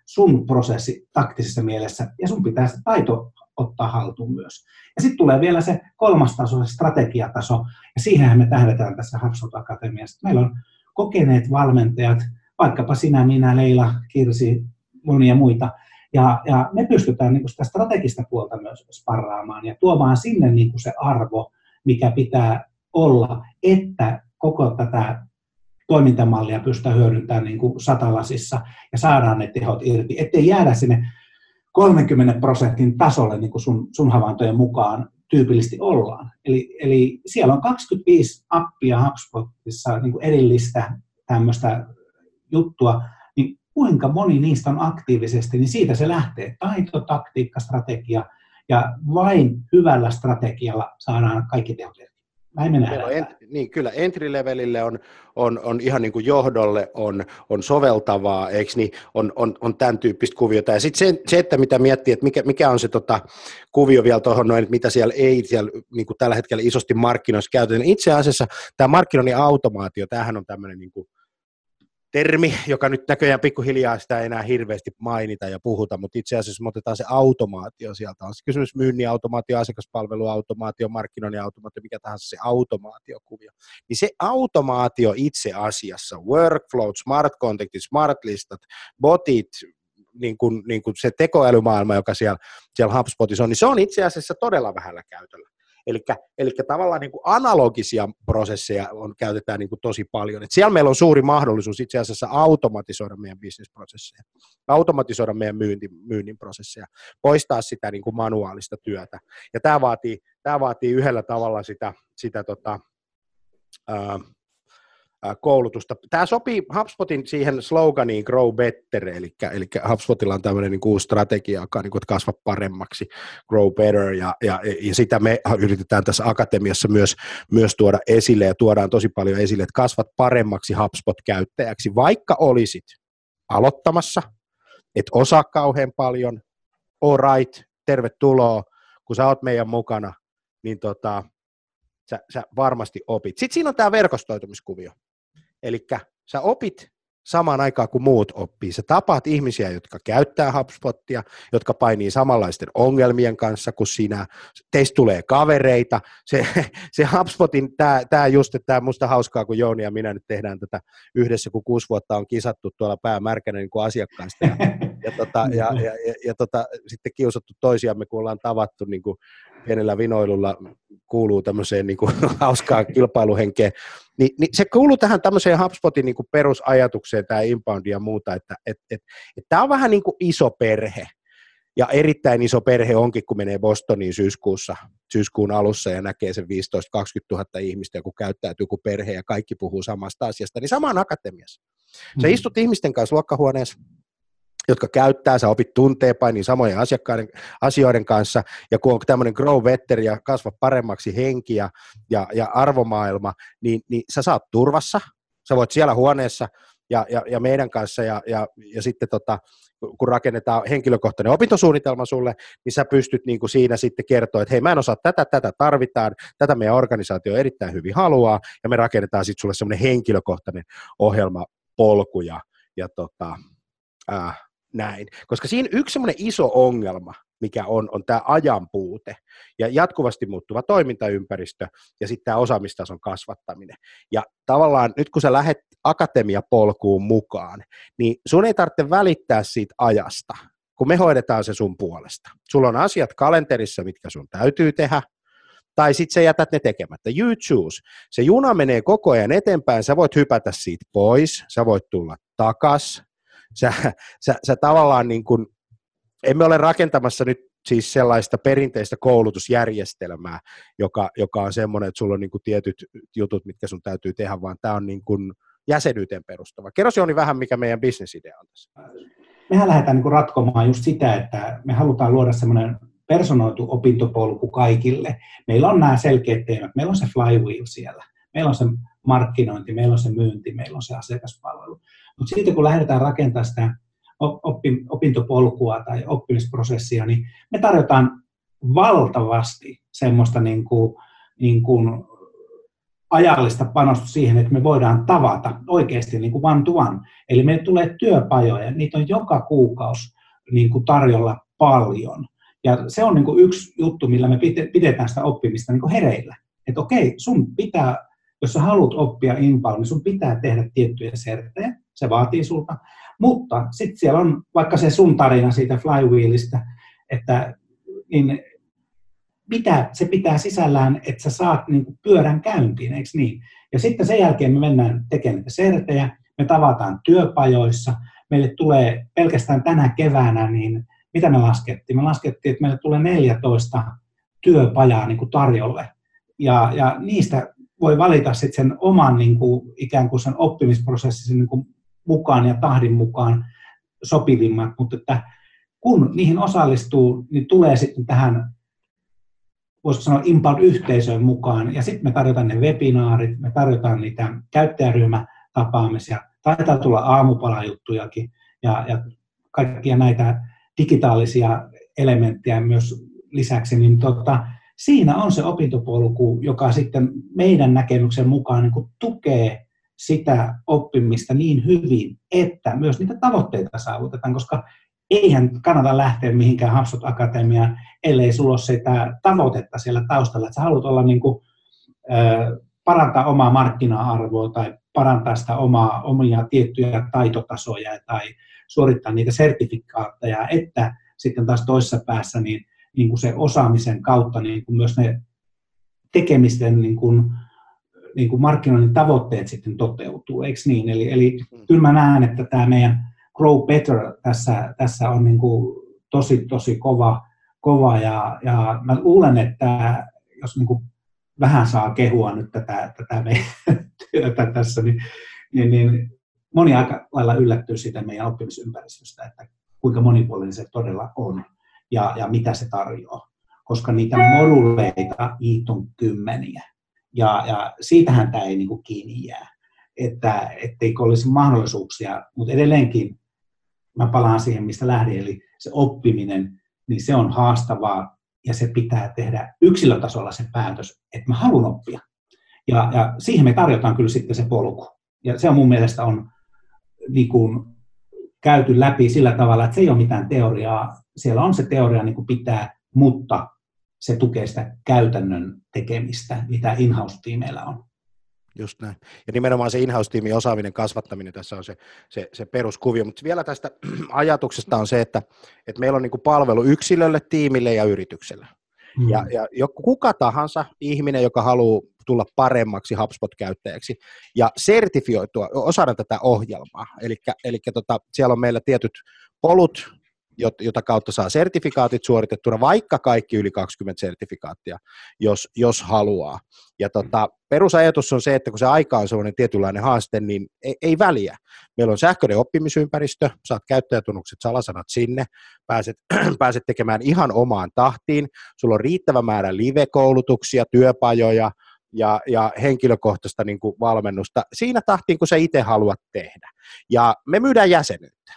sun prosessi taktisessa mielessä, ja sun pitää sitä taito ottaa haltuun myös. Ja sitten tulee vielä se 3. taso, se strategiataso, ja siihenhän me tähdätään tässä HubSpot Akatemiassa. Meillä on kokeneet valmentajat, vaikkapa sinä, minä, Leila, Kirsi, monia muita, ja me pystytään niin kuin sitä strategista puolta myös sparraamaan ja tuomaan sinne niin kuin se arvo, mikä pitää olla, että koko tätä toimintamallia pystytään hyödyntämään niin kuin satalasissa ja saadaan ne tehot irti, ettei jäädä sinne 30% tasolle, niin kuin sun havaintojen mukaan tyypillisesti ollaan. Eli siellä on 25 appia HubSpotissa niin kuin erillistä tämmöistä juttua, niin kuinka moni niistä on aktiivisesti, niin siitä se lähtee. Taito, taktiikka, strategia, ja vain hyvällä strategialla saadaan kaikki tehot irti. Näin me nähdään. Niin, kyllä entry-levelille on ihan niin kuin johdolle on soveltavaa, eikö niin, on tämän tyyppistä kuviota. Ja sitten se, että mitä miettii, että mikä on se kuvio vielä tuohon noin, että mitä siellä ei siellä, niin kuin tällä hetkellä isosti markkinoissa käytetään. Itse asiassa tämä markkinoinnin automaatio, tämähän on tämmöinen niin kuin termi, joka nyt näköjään pikkuhiljaa sitä ei enää hirveästi mainita ja puhuta, mutta itse asiassa me otetaan se automaatio sieltä. On se kysymys myynnin automaatio, asiakaspalveluautomaatio, markkinoinnin automaatio, mikä tahansa se automaatiokuvio. Niin se automaatio itse asiassa, workflow, smart contactit, smart listat, botit, niin kuin se tekoälymaailma, joka siellä HubSpotissa on, niin se on itse asiassa todella vähällä käytöllä. Eli tavallaan niin kuin analogisia prosesseja käytetään niin kuin tosi paljon. Et siellä meillä on suuri mahdollisuus itse asiassa automatisoida meidän bisnesprosesseja, automatisoida meidän myynnin prosesseja, poistaa sitä niin kuin manuaalista työtä. Ja tämä vaatii yhdellä tavalla sitä koulutusta. Tämä sopii HubSpotin siihen sloganiin Grow Better, eli HubSpotilla on tämmöinen niin kuin uusi strategia, joka on niin kuin, että kasva paremmaksi, Grow Better, ja sitä me yritetään tässä akatemiassa myös tuoda esille, ja tuodaan tosi paljon esille, että kasvat paremmaksi HubSpot-käyttäjäksi, vaikka olisit aloittamassa, et osaa kauhean paljon, all right, tervetuloa, kun sä oot meidän mukana, niin sä varmasti opit. Sitten siinä on tämä verkostoitumiskuvio. Eli sä opit samaan aikaan kuin muut oppii. Sä tapaat ihmisiä, jotka käyttää HubSpotia, jotka painii samanlaisten ongelmien kanssa kuin sinä. Teistä tulee kavereita. Se HubSpotin, tämä just, että tämä on musta hauskaa, kun Jouni ja minä nyt tehdään tätä yhdessä, kun 6 vuotta on kisattu tuolla päämärkänä niin kuin asiakkaista. Ja sitten kiusattu toisiamme, kun ollaan tavattu niin kuin pienellä vinoilulla, kuuluu tämmöiseen niin kuin hauskaan kilpailuhenkeen, niin se kuuluu tähän tämmöiseen HubSpotin niin kuin perusajatukseen, tämä inbound ja muuta, että tämä on vähän niin kuin iso perhe, ja erittäin iso perhe onkin, kun menee Bostoniin syyskuun alussa ja näkee sen 15-20 000 ihmistä, joku käyttäytyy kuin perhe ja kaikki puhuu samasta asiasta, niin samaan akatemiassa. Sä istut ihmisten kanssa luokkahuoneessa, jotka käyttää, sä opit tuntee painiin samojen asioiden kanssa, ja kun on tämmöinen grow better ja kasva paremmaksi henki ja arvomaailma, niin sä saat turvassa, sä voit siellä huoneessa ja meidän kanssa, ja sitten kun rakennetaan henkilökohtainen opintosuunnitelma sulle, niin sä pystyt niin kuin siinä sitten kertoa, että hei, mä en osaa tätä tarvitaan, tätä meidän organisaatio erittäin hyvin haluaa, ja me rakennetaan sitten sulle semmoinen henkilökohtainen ohjelmapolku ja näin. Koska siinä yksi semmoinen iso ongelma, mikä on tämä ajan puute ja jatkuvasti muuttuva toimintaympäristö ja sitten tämä osaamistason kasvattaminen. Ja tavallaan nyt kun sä lähdet akatemiapolkuun mukaan, niin sun ei tarvitse välittää siitä ajasta, kun me hoidetaan se sun puolesta. Sulla on asiat kalenterissa, mitkä sun täytyy tehdä, tai sitten sä jätät ne tekemättä. You choose. Se juna menee koko ajan eteenpäin, sä voit hypätä siitä pois, sä voit tulla takas. Sä tavallaan niin kuin, emme ole rakentamassa nyt siis sellaista perinteistä koulutusjärjestelmää, joka on semmoinen, että sulla on niin kuin tietyt jutut, mitkä sun täytyy tehdä, vaan tämä on niin kuin jäsenyyteen perustava. Kerros Jouni vähän, mikä meidän bisnesidea on tässä. Mehän lähdetään niin kuin ratkomaan just sitä, että me halutaan luoda semmoinen personoitu opintopolku kaikille. Meillä on nämä selkeät teemat, meillä on se flywheel siellä, meillä on se markkinointi, meillä on se myynti, meillä on se asiakaspalvelu. Mutta sitten kun lähdetään rakentamaan sitä opintopolkua tai oppimisprosessia, niin me tarjotaan valtavasti semmoista niin kuin ajallista panostusta siihen, että me voidaan tavata oikeasti niin kuin one to one. Eli meille tulee työpajoja, niitä on joka kuukausi niin kuin tarjolla paljon. Ja se on niin kuin yksi juttu, millä me pidetään sitä oppimista niin kuin hereillä. Että okei, sun pitää, jos sä haluat oppia inbound, niin sun pitää tehdä tiettyjä serttejä, se vaatii sulta. Mutta sitten siellä on vaikka se sun tarina siitä flywheelistä, että niin se pitää sisällään, että sä saat niin kuin pyörän käyntiin, eikö niin? Ja sitten sen jälkeen me mennään tekemään niitä sertejä, me tavataan työpajoissa, meille tulee pelkästään tänä keväänä, niin mitä me laskettiin? Me laskettiin, että meille tulee 14 työpajaa niin kuin tarjolle, ja niistä voi valita sitten sen oman niin kuin, ikään kuin sen oppimisprosessin niin kuin mukaan ja tahdin mukaan sopivimmat, mutta että kun niihin osallistuu, niin tulee sitten tähän, voisiko sanoa, inbound-yhteisöön mukaan, ja sitten me tarjotaan ne webinaarit, me tarjotaan niitä käyttäjäryhmätapaamisia, taitaa tulla aamupalajuttujakin, ja kaikkia näitä digitaalisia elementtejä myös lisäksi, niin siinä on se opintopolku, joka sitten meidän näkemyksen mukaan niin kuin tukee sitä oppimista niin hyvin, että myös niitä tavoitteita saavutetaan, koska eihän kannata lähteä mihinkään HubSpot Akatemiaan, ellei sulla ole sitä tavoitetta siellä taustalla, että sä haluat olla niin kuin, parantaa omaa markkina-arvoa tai parantaa sitä omia tiettyjä taitotasoja tai suorittaa niitä sertifikaatteja, että sitten taas toisessa päässä niin kuin se osaamisen kautta niin kuin myös ne tekemisten niin kuin markkinoinnin tavoitteet sitten toteutuu, eikö niin? Eli kyllä mä näen, että tämä meidän Grow Better tässä on niin kuin tosi kova ja mä luulen, että jos niin kuin vähän saa kehua nyt tätä meidän työtä tässä, niin moni aika lailla yllättyy siitä meidän oppimisympäristöstä, että kuinka monipuolinen se todella on ja mitä se tarjoaa, koska niitä moduleita, niitä on kymmeniä. Ja siitähän tämä ei niin kuin kiinni jää, etteikö olisi mahdollisuuksia, mutta edelleenkin mä palaan siihen, mistä lähdin, eli se oppiminen, niin se on haastavaa ja se pitää tehdä yksilötasolla se päätös, että mä haluan oppia. Ja siihen me tarjotaan kyllä sitten se polku. Ja se on mun mielestä on niin kuin käyty läpi sillä tavalla, että se ei ole mitään teoriaa. Siellä on se teoria niin kuin pitää, mutta se tukee sitä käytännön tekemistä, mitä in-house-tiimeillä on. Just näin. Ja nimenomaan se in-house-tiimin osaaminen, kasvattaminen tässä on se peruskuvio. Mutta vielä tästä ajatuksesta on se, että meillä on niin kuin palvelu yksilölle, tiimille ja yritykselle. Ja kuka tahansa ihminen, joka haluaa tulla paremmaksi HubSpot-käyttäjäksi ja sertifioitua osana tätä ohjelmaa. Eli siellä on meillä tietyt polut, jota kautta saa sertifikaatit suoritettuna, vaikka kaikki yli 20 sertifikaattia, jos haluaa. Ja perusajatus on se, että kun se aika on sellainen tietynlainen haaste, niin ei väliä. Meillä on sähköinen oppimisympäristö, saat käyttäjätunnukset, salasanat sinne, pääset tekemään ihan omaan tahtiin, sulla on riittävä määrä live-koulutuksia, työpajoja ja henkilökohtaista niin kuin valmennusta siinä tahtiin, kun sä itse haluat tehdä. Ja me myydään jäsenyyttä.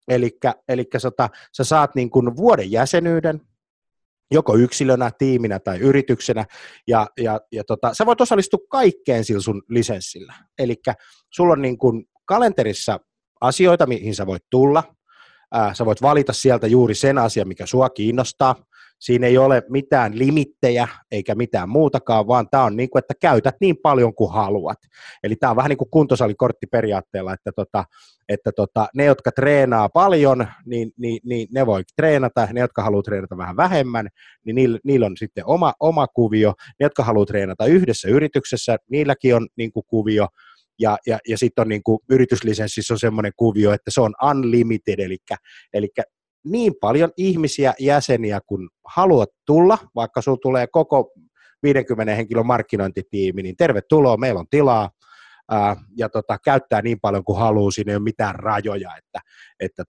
Eli sä saat niin kuin vuoden jäsenyyden, joko yksilönä, tiiminä tai yrityksenä, ja sä voit osallistua kaikkeen sillä sun lisenssillä. Eli sulla on niin kuin kalenterissa asioita, mihin sä voit tulla, sä voit valita sieltä juuri sen asian, mikä sua kiinnostaa. Siinä ei ole mitään limittejä eikä mitään muutakaan, vaan tämä on niin kuin, että käytät niin paljon kuin haluat. Eli tämä on vähän niin kuin kuntosalikorttiperiaatteella, että ne, jotka treenaa paljon, niin ne voi treenata. Ne, jotka haluaa treenata vähän vähemmän, niin niillä on sitten oma kuvio. Ne, jotka haluaa treenata yhdessä yrityksessä, niilläkin on niin kuin kuvio. Ja sitten on niin kuin yrityslisenssissä on semmoinen kuvio, että se on unlimited, eli niin paljon ihmisiä, jäseniä, kun haluat tulla, vaikka sinulla tulee koko 50 henkilön markkinointitiimi, niin tervetuloa, meillä on tilaa, ja käyttää niin paljon kuin haluaa, siinä ei ole mitään rajoja, että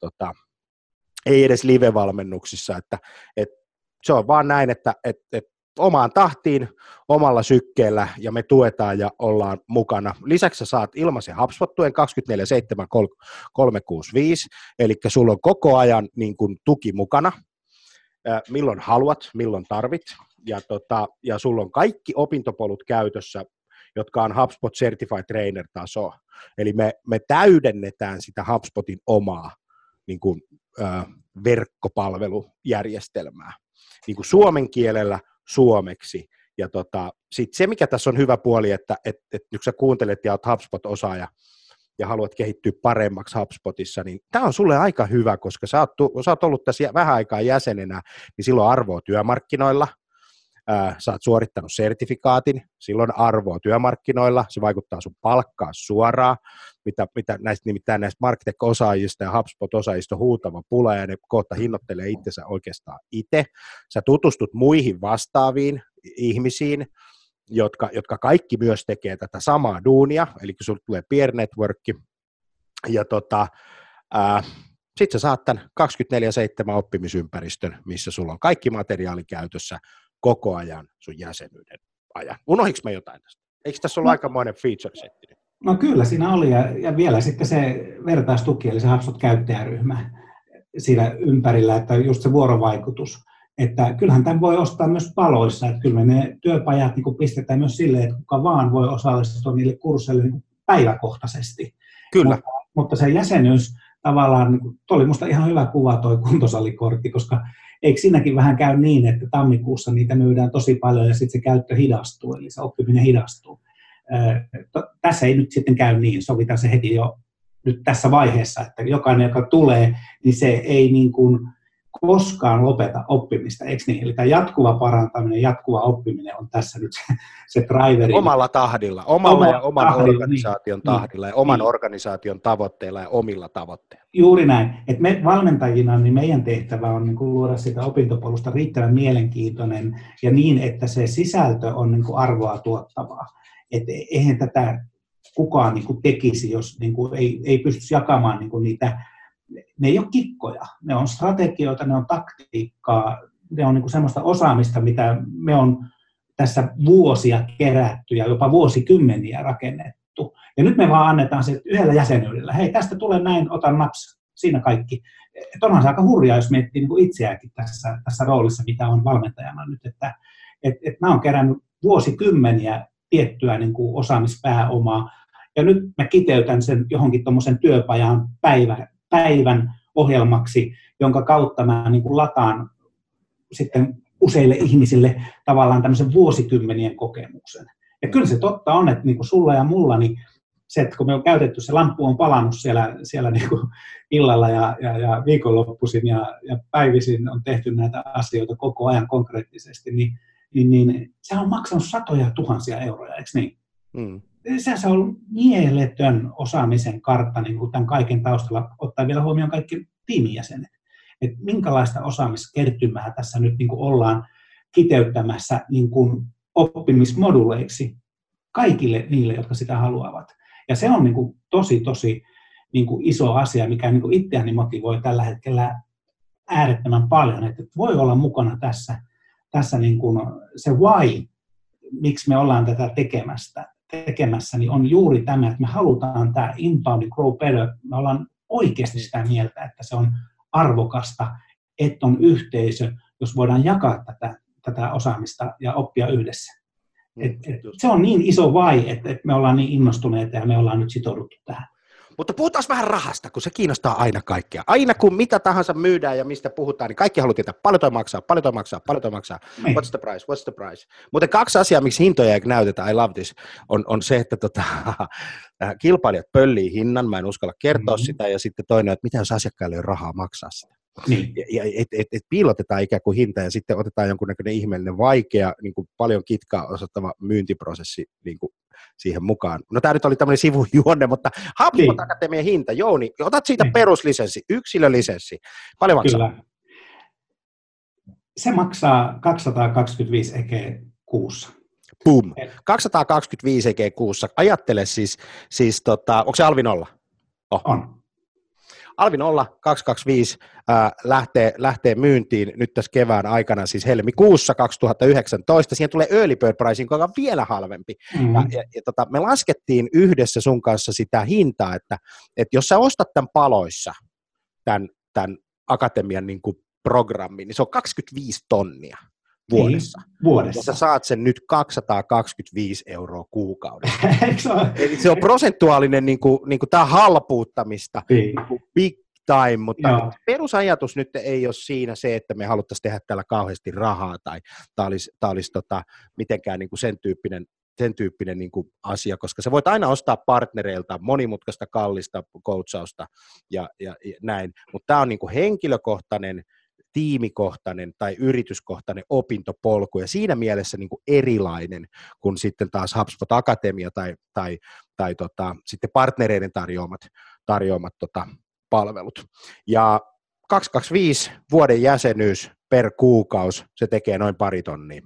ei edes live-valmennuksissa, että se on vaan näin, että omaan tahtiin, omalla sykkeellä, ja me tuetaan ja ollaan mukana. Lisäksi sä saat ilmaisen HubSpot-tuen 24/7/365, eli sulla on koko ajan niin kuin tuki mukana, milloin haluat, milloin tarvit, ja sulla on kaikki opintopolut käytössä, jotka on HubSpot Certified Trainer-taso. Eli me täydennetään sitä HubSpotin omaa niin kuin, verkkopalvelujärjestelmää niin kuin suomen kielellä suomeksi. Ja sitten se, mikä tässä on hyvä puoli, että nyt sä kuuntelet ja oot HubSpot-osaaja ja haluat kehittyä paremmaksi HubSpotissa, niin tämä on sulle aika hyvä, koska sä oot ollut tässä vähän aikaa jäsenenä, niin silloin arvoa työmarkkinoilla, sä oot suorittanut sertifikaatin, silloin arvoa työmarkkinoilla, se vaikuttaa sun palkkaan suoraan, mitä nimittäin näistä Marketech-osaajista ja HubSpot-osaajista on huutava pula, ja ne kohta hinnoittelee itsensä oikeastaan itse. Sä tutustut muihin vastaaviin ihmisiin, jotka kaikki myös tekee tätä samaa duunia, eli kun sulle tulee peer networkki, ja sitten sä saat tämän 24/7 oppimisympäristön, missä sulla on kaikki materiaali käytössä koko ajan sun jäsenyyden ajan. Unohdinko mä jotain tästä? Eikö tässä ollut aikamoinen feature-setti? No kyllä siinä oli, ja vielä sitten se vertaistuki, eli se HubSpot-käyttäjäryhmä siinä ympärillä, että just se vuorovaikutus. Että kyllähän tämän voi ostaa myös paloissa, että kyllä me ne työpajat niin pistetään myös silleen, että kuka vaan voi osallistua niille kursseille niin päiväkohtaisesti. Kyllä. Mutta se jäsenyys tavallaan, tuo oli musta ihan hyvä kuva toi kuntosalikortti, koska eikö siinäkin vähän käy niin, että tammikuussa niitä myydään tosi paljon ja sitten se käyttö hidastuu, eli se oppiminen hidastuu. Tässä ei nyt sitten käy niin, sovitaan se heti jo nyt tässä vaiheessa, että jokainen, joka tulee, niin se ei niin kuin koskaan lopeta oppimista, eikö niin? Eli tämä jatkuva parantaminen, jatkuva oppiminen on tässä nyt se driveri. Omalla tahdilla, omalla ja oman organisaation tahdilla ja oman organisaation tavoitteilla ja omilla tavoitteilla. Juuri näin. Että me valmentajina, niin meidän tehtävä on niin kuin luoda sitä opintopolusta riittävän mielenkiintoinen ja niin, että se sisältö on niin kuin arvoa tuottavaa. Että eihän tätä kukaan niin kuin tekisi, jos niin kuin ei pystyisi jakamaan niin kuin niitä. Ne ei ole kikkoja, ne on strategioita, ne on taktiikkaa, ne on niin kuin semmoista osaamista, mitä me on tässä vuosia kerätty ja jopa vuosikymmeniä rakennettu. Ja nyt me vaan annetaan se yhdellä jäsenyydellä. Hei, tästä tulee näin, ota naps, siinä kaikki. Että onhan se aika hurjaa, jos miettii niin kuin itseäkin tässä roolissa, mitä on valmentajana nyt. Että mä oon kerännyt vuosikymmeniä tiettyä niin kuin osaamispääomaa, ja nyt mä kiteytän sen johonkin tuommoisen työpajan päivän ohjelmaksi, jonka kautta mä niin kuin lataan sitten useille ihmisille tavallaan tämmöisen vuosikymmenien kokemuksen. Ja kyllä se totta on, että niin kuin sulla ja mulla, niin se, että kun me on käytetty, se lamppu on palannut siellä niin kuin illalla ja viikonloppuisin ja päivisin on tehty näitä asioita koko ajan konkreettisesti, niin se on maksanut satoja tuhansia euroja, eikö niin? Mm. Se on mieletön osaamisen kartta niin kuin tämän kaiken taustalla, ottaa vielä huomioon kaikki tiimijäsenet. Että minkälaista osaamiskertymää tässä nyt niin kuin ollaan kiteyttämässä niin kuin oppimismoduleiksi kaikille niille, jotka sitä haluavat. Ja se on niin kuin tosi niin kuin iso asia, mikä niin kuin itseäni motivoi tällä hetkellä äärettömän paljon, että voi olla mukana tässä niin kuin se why, miksi me ollaan tätä tekemässä, niin on juuri tämä, että me halutaan tämä inbound grow better. Me ollaan oikeasti sitä mieltä, että se on arvokasta, että on yhteisö, jos voidaan jakaa tätä osaamista ja oppia yhdessä. Se on niin iso vai, että me ollaan niin innostuneita ja me ollaan nyt sitouduttu tähän. Mutta puhutaan vähän rahasta, kun se kiinnostaa aina kaikkea. Aina kun mitä tahansa myydään ja mistä puhutaan, niin kaikki haluaa tietää, paljon toi maksaa. Niin. What's the price? Mutta 2 asiaa, miksi hintoja ei näytetä, I love this, on se, että kilpailijat pöllii hinnan, mä en uskalla kertoa sitä, ja sitten toinen, että mitä jos asiakkaille ei ole rahaa maksaa sitä. Niin. Ja piilotetaan ikään kuin hinta ja sitten otetaan jonkunnäköinen ihmeellinen vaikea, niin kuin paljon kitkaa osoittava myyntiprosessi niin kuin siihen mukaan. No tämä nyt oli tämmöinen sivujuonne, mutta HubSpot Akatemian hinta, Jouni, otat siitä peruslisenssi, yksilölisenssi. Paljon maksaa? Kyllä. Se maksaa 225 EG kuussa. Boom. 225 EG kuussa. Ajattele siis onko se alvi nolla? On. Alvi 225 lähtee myyntiin nyt tässä kevään aikana, siis helmikuussa 2019. Siihen tulee early bird pricing, joka on vielä halvempi. Mm-hmm. Me laskettiin yhdessä sun kanssa sitä hintaa, että jos sä ostat tämän paloissa, tämän akatemian niin kuin programmin, niin se on 25 tonnia vuodessa. Vuodessa. Ja sä saat sen nyt 225 € kuukaudessa. Eli se on prosentuaalinen niin kuin tämä halpuuttamista, niin kuin big time, mutta perusajatus nyt ei ole siinä se, että me haluttaisiin tehdä täällä kauheasti rahaa tai tämä olisi mitenkään niin kuin sen tyyppinen niin kuin asia, koska sä voit aina ostaa partnereilta monimutkaista, kallista coachausta ja näin, mutta tämä on niin kuin henkilökohtainen, tiimikohtainen tai yrityskohtainen opintopolku ja siinä mielessä niin kuin erilainen kuin sitten taas HubSpot Akatemia tai sitten partnereiden tarjoamat palvelut. Ja 225 vuoden jäsenyys per kuukausi, se tekee noin 2 tonnia.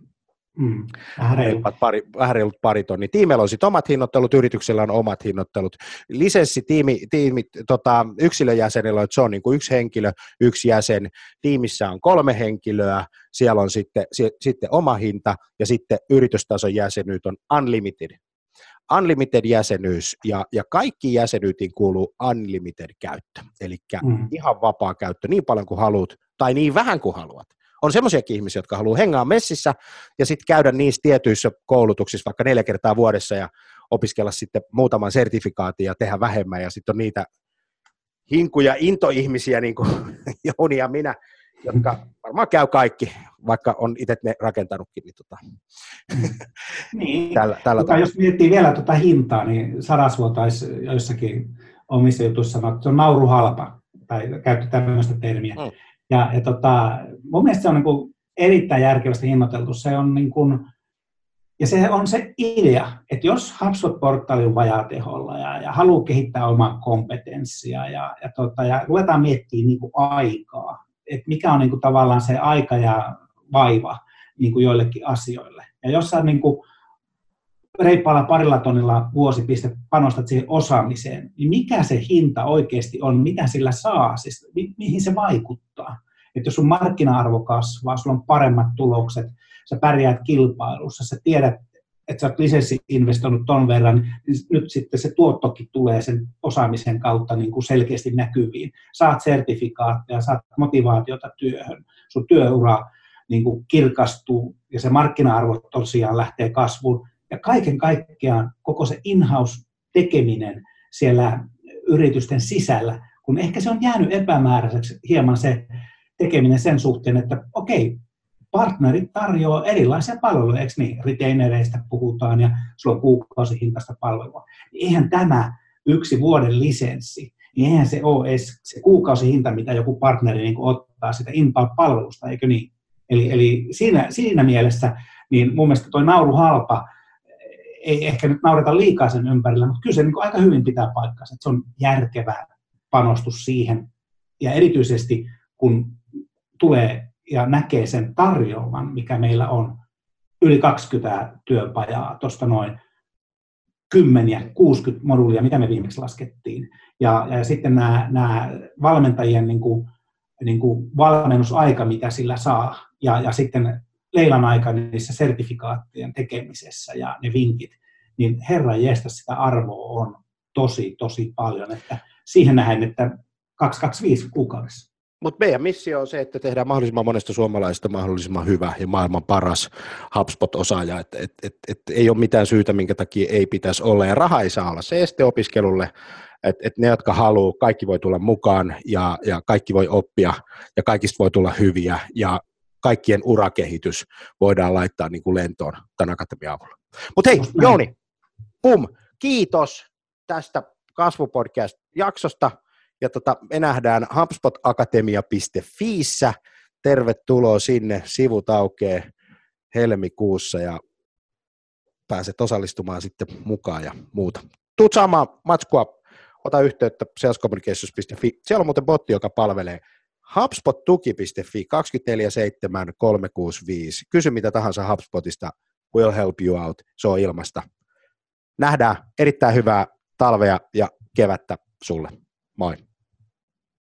Vähän reilut 2 tonnia. Tiimeillä on sitten omat hinnoittelut, yrityksellä on omat hinnoittelut. Lisenssi yksilöjäsenillä on, se on niin kuin 1 henkilö, 1 jäsen. Tiimissä on 3 henkilöä, siellä on sitten oma hinta ja sitten yritystason jäsenyys on unlimited. Unlimited jäsenyys ja kaikki jäsenyytiin kuuluu unlimited käyttö, eli ihan vapaa käyttö niin paljon kuin haluat tai niin vähän kuin haluat. On semmoisiakin ihmisiä, jotka haluaa hengaa messissä ja sitten käydä niissä tietyissä koulutuksissa vaikka 4 kertaa vuodessa ja opiskella sitten muutaman sertifikaatin ja tehdä vähemmän ja sitten on niitä hinkuja intoihmisiä niin kuin Jouni ja minä, jotka varmaan käy kaikki, vaikka on itse ne rakentanutkin. Niin, tällä jos miettii vielä hintaa, niin Sarasvuo taisi joissakin omissa jutuissa sanoa, että se on nauruhalpa, tai käytti tämmöistä termiä. Ja mun mielestä se on niin kuin erittäin järkevästi hinnoiteltu. Se on niin kuin, ja se on se idea, että jos HubSpot-portaali on vajaateholla ja haluaa kehittää omaa kompetenssia ja ruvetaan miettimään niin kuin aikaa, että mikä on niin kuin tavallaan se aika ja vaiva niin kuin joillekin asioille. Ja jos sä niin kuin reippaalla 2 tonnilla panostat siihen osaamiseen, niin mikä se hinta oikeasti on, mitä sillä saa, siis mihin se vaikuttaa. Että jos sun markkina-arvo kasvaa, sulla on paremmat tulokset, sä pärjäät kilpailussa, sä tiedät, että sä oot lisenssi-investoinut ton verran, niin nyt sitten se tuottokin tulee sen osaamisen kautta niin kuin selkeästi näkyviin. Saat sertifikaatteja, saat motivaatiota työhön, sun työura niin kuin kirkastuu ja se markkina-arvo tosiaan lähtee kasvuun. Ja kaiken kaikkiaan koko se in-house-tekeminen siellä yritysten sisällä, kun ehkä se on jäänyt epämääräiseksi hieman se tekeminen sen suhteen, että okei, partnerit tarjoaa erilaisia palveluja, eikö niin? Retainereistä puhutaan ja sulla on kuukausihintaista palvelua. Eihän tämä 1 vuoden lisenssi, niin eihän se ole edes se kuukausihinta, mitä joku partneri niin kuin ottaa sitä inbound-palvelusta, eikö niin? Eli siinä mielessä niin mun mielestä toi nauruhalpa ei ehkä nyt naureta liikaa sen ympärillä, mutta kyllä se niin kuin aika hyvin pitää paikkansa, että se on järkevä panostus siihen. Ja erityisesti kun tulee ja näkee sen tarjoaman, mikä meillä on, yli 20 työpajaa, tuosta noin 10, 60 moduulia, mitä me viimeksi laskettiin. Ja sitten nämä valmentajien niin kuin valmennusaika, mitä sillä saa, ja sitten Leilan aika niissä sertifikaattien tekemisessä ja ne vinkit, niin herran jeestä sitä arvoa on tosi paljon, että siihen nähden, että 225 kuukaudessa. Mutta meidän missio on se, että tehdään mahdollisimman monesta suomalaisesta mahdollisimman hyvä ja maailman paras HubSpot-osaaja, että ei ole mitään syytä, minkä takia ei pitäisi olla, ja raha ei saa olla se este opiskelulle, että ne, jotka haluaa, kaikki voi tulla mukaan, ja kaikki voi oppia, ja kaikista voi tulla hyviä, ja kaikkien urakehitys voidaan laittaa niin kuin lentoon tämän akatemian avulla. Mutta hei, Jouni, kiitos tästä kasvupodcast-jaksosta, ja me nähdään HubSpotAkatemia.fiissä. Tervetuloa sinne, sivut aukeaa helmikuussa, ja pääset osallistumaan sitten mukaan ja muuta. Tuut saamaan matskua, ota yhteyttä salescommunications.fi. Siellä on muuten botti, joka palvelee HubSpottuki.fi 24/7/365. Kysy mitä tahansa HubSpotista, we'll help you out. Se on ilmasta. Nähdään, erittäin hyvää talvea ja kevättä sulle. Moi.